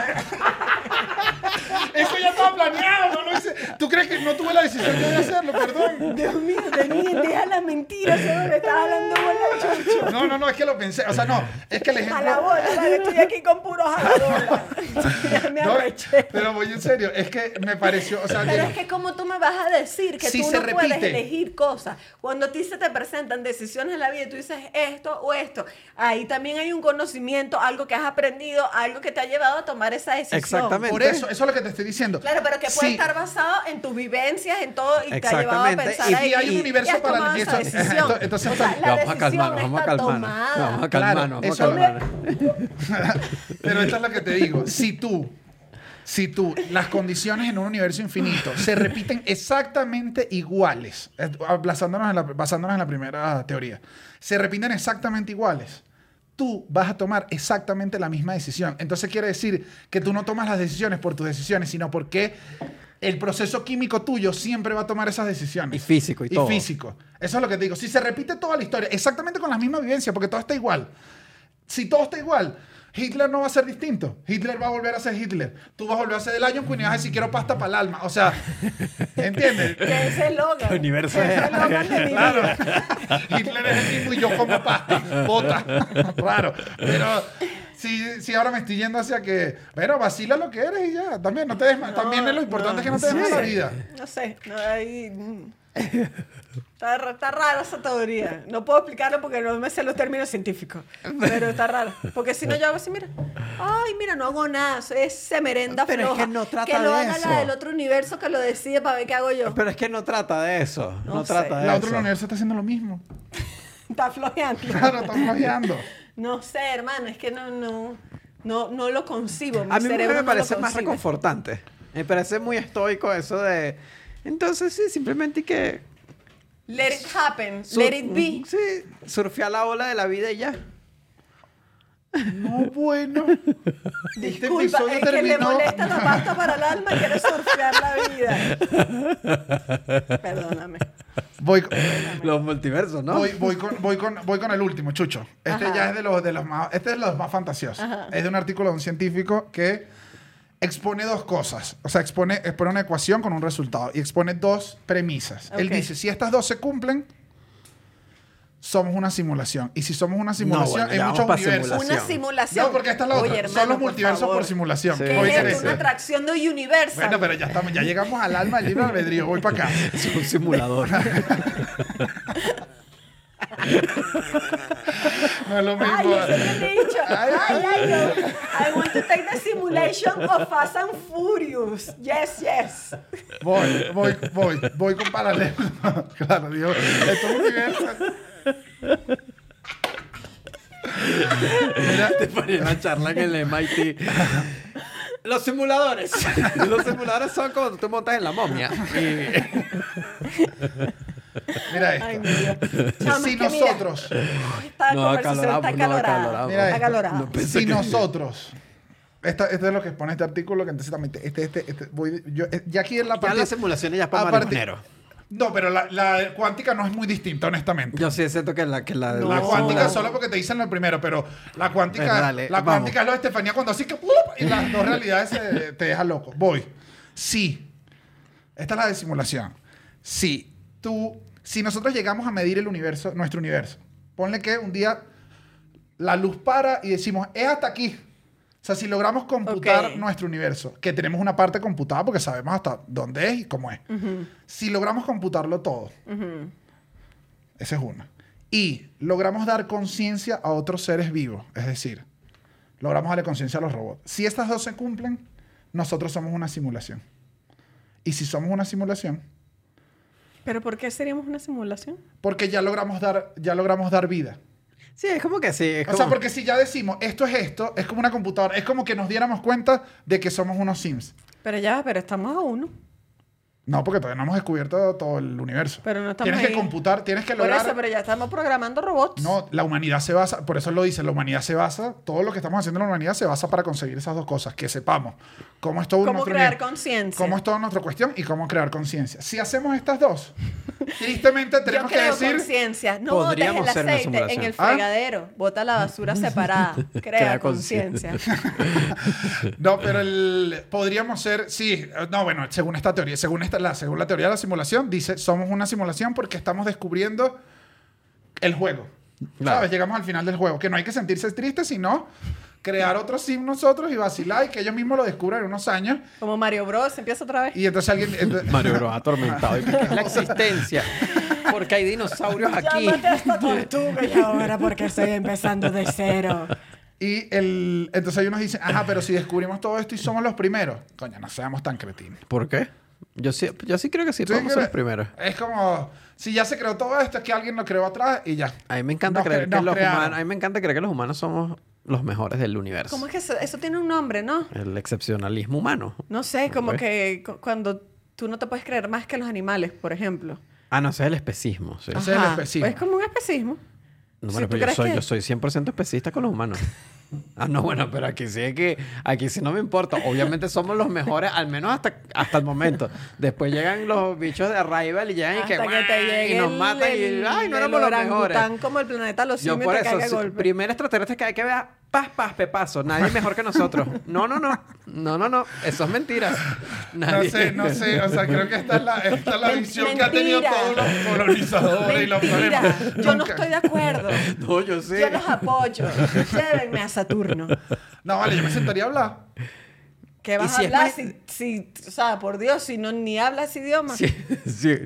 Eso ya estaba planeado, no lo hice. ¿Tú crees que no tuve la decisión de hacerlo? Perdón. Dios mío, Daniel, deja las mentiras, solo le estás hablando bola, chucho. No, es que lo pensé. O sea, no, es que el ejemplo... Jalabola, ¿vale? Estoy aquí con puro jalabola. Ya me No, arreché. pero voy en serio, es que me pareció, o sea, Pero es que como tú me vas a decir que Si tú se no puedes repite. elegir cosas. Cuando a ti se te presentan decisiones en la vida y tú dices esto o esto, ahí también hay un conocimiento, algo que has aprendido, algo que te ha llevado a tomar esa decisión. Exactamente. por eso es lo que te estoy diciendo. Claro, pero que puede Sí. estar basado en tus vivencias, en todo, y te ha llevado a Exactamente. pensar Y ahí. hay un universo y has para tomado el- esa eso- decisión. entonces, o sea, la Vamos a calmarnos, decisión vamos a está calmarnos. tomada. Vamos a Claro, calmarnos, vamos a eso- calmarnos. Pero esto es lo que te digo. Si tú, las condiciones en un universo infinito se repiten exactamente iguales, basándonos en la primera teoría, se repiten exactamente iguales, tú vas a tomar exactamente la misma decisión. Entonces quiere decir que tú no tomas las decisiones por tus decisiones, sino porque el proceso químico tuyo siempre va a tomar esas decisiones. Y físico y todo. Físico. Eso es lo que te digo. Si se repite toda la historia, exactamente con las mismas vivencias, porque todo está igual. Si todo está igual, Hitler no va a ser distinto. Hitler va a volver a ser Hitler. Tú vas a volver a ser el Lion Queen y vas a decir quiero pasta para el alma. O sea, ¿entiendes? Que ese es Logan. El universo Ese es- es Logan de mi Claro. vida. Hitler es el mismo y yo como pasta. Bota. Claro. Pero sí, ahora me estoy yendo hacia que, bueno, vacila lo que eres y ya. También, no te también es lo importante es que no te desmayes la vida. No sé, no, ahí... Está rara esa teoría. No puedo explicarlo porque no me sé los términos científicos. Pero está raro. Porque si no, yo hago así, mira. Ay, mira, no hago nada. Es semerenda Pero es floja. que no trata que lo de haga eso. la del otro universo que lo decide para ver qué hago yo. Pero es que no trata de eso. No No sé. trata de La eso. otra universo está haciendo lo mismo. Está flojeando. Claro, están flojeando. No sé, hermano, es que no lo concibo. Mi A mí cerebro me no parece lo más concibe. reconfortante. Me parece muy estoico eso de... Entonces sí, simplemente que... Let it happen, let it be. Sí, surfear la ola de la vida y ya. No, bueno. Este Disculpa, episodio es que le terminó. molesta la pasta para el alma y quiere surfear la vida. Perdóname. Voy, Los multiversos, ¿no? voy con el último, Chucho. Este Ajá. ya es de los más, este es de los más fantasiosos. Ajá. Es de un artículo de un científico que expone dos cosas. O sea, expone una ecuación con un resultado y expone dos premisas. Él Ok. dice, si estas dos se cumplen, somos una simulación. Y si somos una simulación, bueno, hay ya muchos vamos pa' universos. simulación. Una simulación. No, porque esta es la Oye, otra. hermano, Son los por multiversos favor. por simulación. Sí. ¿Qué Voy es con esto? ese. Una atracción de Universal. Bueno, pero ya llegamos al alma del libre albedrío. Voy para acá. Es un simulador. No es lo mismo. Ay, ese que te he dicho. Ay, Ay, no. I want to take the simulation of Fast and Furious. Yes. Voy con paralelo. Claro, digo, esto es universo. Mira, Te ponen una charla en el MIT. Los simuladores. Los simuladores son como tú montas en la momia. mira Ay, esto. mi Dios. Chama, Si es que mira, nosotros, esta No, conversación acalorado, está no, acalorada. acalorado. Mira Está esto. acalorada. No, pensé si que- nosotros, esto es lo que expone este artículo, que entonces también, ya aquí en la Ya parte, las simulaciones ya para aparte- marihuanero. no, pero la cuántica no es muy distinta, honestamente. Yo sí siento que la No. La cuántica No. solo porque te dicen lo primero, pero la cuántica, Pero dale, la vamos. cuántica es lo de Estefanía cuando así que ¡pup! Y las dos realidades te dejan loco. Voy. Sí. Esta es la de simulación. Sí. Si nosotros llegamos a medir el universo, nuestro universo, ponle que un día la luz para y decimos, es hasta aquí. O sea, si logramos computar Ok. nuestro universo, que tenemos una parte computada porque sabemos hasta dónde es y cómo es. Si logramos computarlo todo, esa es una. Y logramos dar conciencia a otros seres vivos. Es decir, logramos darle conciencia a los robots. Si estas dos se cumplen, nosotros somos una simulación. Y si somos una simulación, ¿Pero por qué seríamos una simulación? porque ya logramos dar vida. Sí, es como que sí. Es O como... sea, porque si ya decimos esto, es como una computadora. Es como que nos diéramos cuenta de que somos unos Sims. Pero estamos a uno. No, porque todavía no hemos descubierto todo el universo. Pero no estamos Tienes que ahí. computar, tienes que Por lograr... eso, pero ya estamos programando robots. No, la humanidad se basa, por eso lo dice, la humanidad se basa, todo lo que estamos haciendo en la humanidad se basa para conseguir esas dos cosas, que sepamos cómo es todo ¿Cómo nuestro crear universo, conciencia? cómo es toda nuestra cuestión y cómo crear conciencia. Si hacemos estas dos, tristemente Yo tenemos que creo decir, conciencia. No botes Podríamos el ser una aceite en simulación. el ¿Ah? fregadero. Bota la basura separada. Crea Crea conciencia. no, pero podríamos ser, sí, no, bueno, según esta teoría, según la teoría de la simulación, dice, somos una simulación porque estamos descubriendo el juego. Claro. ¿Sabes? Llegamos al final del juego, que no hay que sentirse tristes, sino crear otro sim nosotros y vacilar y que ellos mismos lo descubran en unos años. Como Mario Bros. Empieza otra vez. Y entonces alguien... Mario Bros atormentado. ¿Y qué es la existencia? Porque hay dinosaurios aquí. Llámate a esta tortuga y ahora porque estoy empezando de cero. entonces ellos nos dicen, ajá, pero si descubrimos todo esto y somos los primeros, coño, no seamos tan cretinos. ¿Por qué? Yo sí creo que sí ¿Tú podemos ser los crees? primeros. Es como, si ya se creó todo esto, es que alguien lo creó atrás y ya. A mí me encanta Nos creer cre- que nos los crearon. humanos, a mí me encanta creer que los humanos somos los mejores del universo. ¿Cómo es que eso tiene un nombre, no? El excepcionalismo humano. No sé, como Ok. que cuando tú no te puedes creer más que los animales, por ejemplo. Ah, no, ese es el especismo. Sí. Ese es el especismo. Es como un especismo. No, Si bueno, tú pero crees que- yo soy 100% especista con los humanos. Ah, no, bueno, pero aquí sí no me importa. Obviamente somos los mejores, al menos hasta el momento. Después llegan los bichos de Arrival y llegan y Hasta que, que te llegue y nos matan y ay, no éramos los mejores. orangután como el planeta los Yo simios por te eso, caiga a golpe. primer extraterrestre que hay que ver, paz, pepazo. Nadie mejor que nosotros. No. Eso es mentira. Nadie. No sé. O sea, creo que esta es la visión que han tenido Mentira. todos los colonizadores y los Mentira, problemas. yo no estoy de acuerdo. No, yo sé. Yo los apoyo. Llévenme a Saturno. No, vale, yo me sentaría a hablar. ¿Qué vas si a es hablar más- si, o sea, por Dios, si no ni hablas idioma? Sí.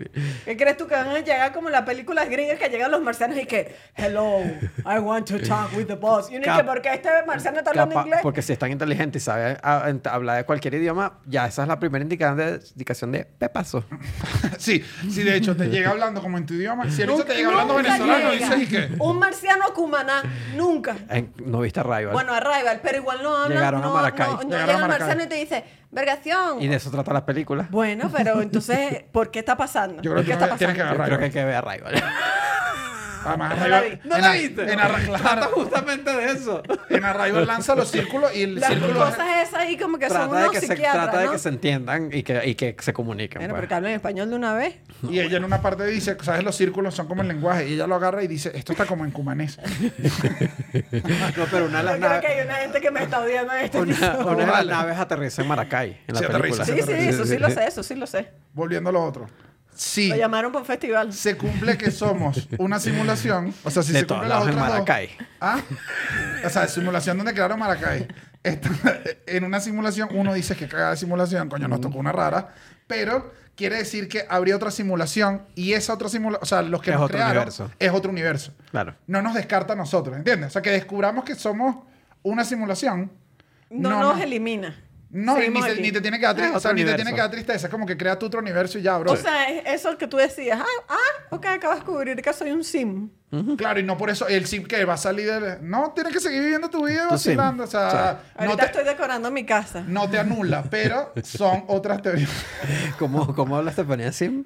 ¿Qué crees tú que van a llegar como en las películas gringas que llegan los marcianos y que hello, I want to talk with the boss? Y uno dice, ¿por qué este marciano está hablando inglés? Porque si es tan inteligente y sabe hablar de cualquier idioma, ya esa es la primera indicación de pepazo. Sí, de hecho, te llega hablando como en tu idioma. Si el bicho te llega Nunca hablando venezolano, llega. dices, ¿y qué? Un marciano a Cumaná, nunca. ¿No viste Arrival? Bueno, Arrival, pero igual no habla. Llegaron a Maracay. No, Llegaron llega a el Maracay. marciano y te dice, vergación. Y de eso trata la película. Bueno, pero entonces, ¿por qué está pasando? Yo creo ¿Por que qué no está tienes que pasando? Yo creo que hay que ver Arrival. Además, No la Arrival- vi. ¿No la viste? Claro, Trata justamente de eso. en Arrival lanza los círculos y el Las círculo... cosas esas ahí como que son Trata de unos que, psiquiatras, trata de ¿no? que se entiendan y que se comuniquen. Bueno, pues. porque hablan español de una vez. Y ella en una parte dice, ¿sabes? Los círculos son como el lenguaje. Y ella lo agarra y dice, esto está como en cumanés. No, pero una de las Yo creo naves... que hay una gente que me está odiando en este Una episodio. de las Vale. naves aterriza en Maracay, en la Sí, película. aterriza, Sí, sí, eso sí lo sé, eso sí lo sé. Volviendo a lo otro. Sí, Lo llamaron por un festival. se cumple que somos una simulación. O sea, si De se todos cumple las lados en otras dos- Maracay. ¿Ah? O sea, simulación donde crearon Maracay. En una simulación, uno dice que caga de simulación, coño, nos tocó una rara, pero quiere decir que habría otra simulación y esa otra simulación, o sea, los que Es nos otro crearon universo. es otro universo. Claro. No nos descarta a nosotros, ¿entiendes? O sea, que descubramos que somos una simulación. No nos elimina. No, Seguimos aquí. ni te tiene que dar Es o sea, otro ni te universo. tiene que dar tristeza. Es como que crea tu otro universo y ya, bro. O sea, es eso que tú decías. Ok, acabas de descubrir que soy un sim. Claro, y no por eso el sim que va a salir del... No, tienes que seguir viviendo tu vida Tu sim. vacilando. O sea, no Ahorita estoy decorando mi casa. no te anula, pero son otras teorías. ¿Cómo habla Estefanía Sim?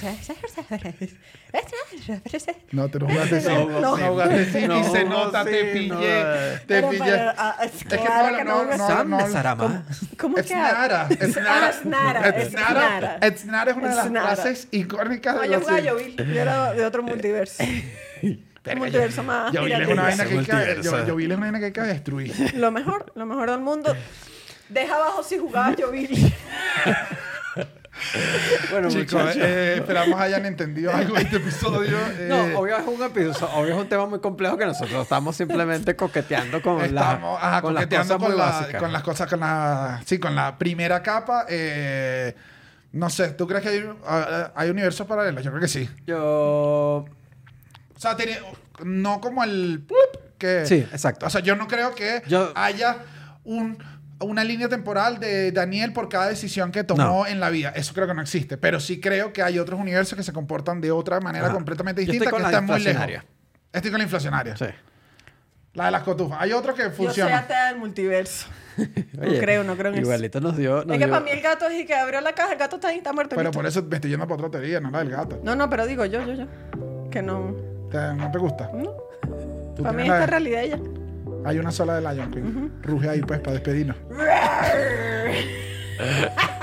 No, te lo jugaste sim. No. No jugaste sim No, y se nota, sí, te pillé. no, Te Pero, pillé. pero, Es que claro que no, no, no, no. Sarama. ¿Cómo es It's que nada. It's nada. It's nada. It's nada. It's nada es una de las It's nada. frases icónicas No, de yo los jugaba Sims. Jovil. Yo era de otro multiverso. Un multiverso más. Jovil es gigante. una vaina que hay que... Multiverso. Jovil es una vaina que hay que destruir. Lo mejor del mundo. Deja abajo si jugabas Jovil. Bueno, Chicos, muchachos. esperamos hayan entendido algo de este episodio. No, obvio es un episodio, obvio es un tema muy complejo que nosotros estamos simplemente coqueteando con, Estamos con las coqueteando cosas muy básicas. con las cosas, con la primera capa. No sé, ¿tú crees que hay universos paralelos? Yo creo que sí. Yo... O sea, no como el... ¡plup! Que, Sí, exacto. O sea, yo no creo que Yo- haya una línea temporal de Daniel por cada decisión que tomó No. en la vida. Eso creo que no existe. Pero sí creo que hay otros universos que se comportan de otra manera Ajá. completamente Yo estoy distinta, con que la están muy lejos. inflacionaria. Estoy con la inflacionaria. Sí. La de las cotufas. Hay otros que Yo soy funcionan. atea del multiverso. Oye, No creo en eso. igualito nos dio... Es que para mí el gato es el que abrió la caja, el gato está ahí, está muerto. Pero listo. por eso me estoy yendo para otra teoría, no la del gato. No, pero digo yo. Que no. ¿No te gusta? No. Tú Para mí tienes esta la- realidad ya. Hay una sola de Lion King. Ruge ahí, pues, para despedirnos.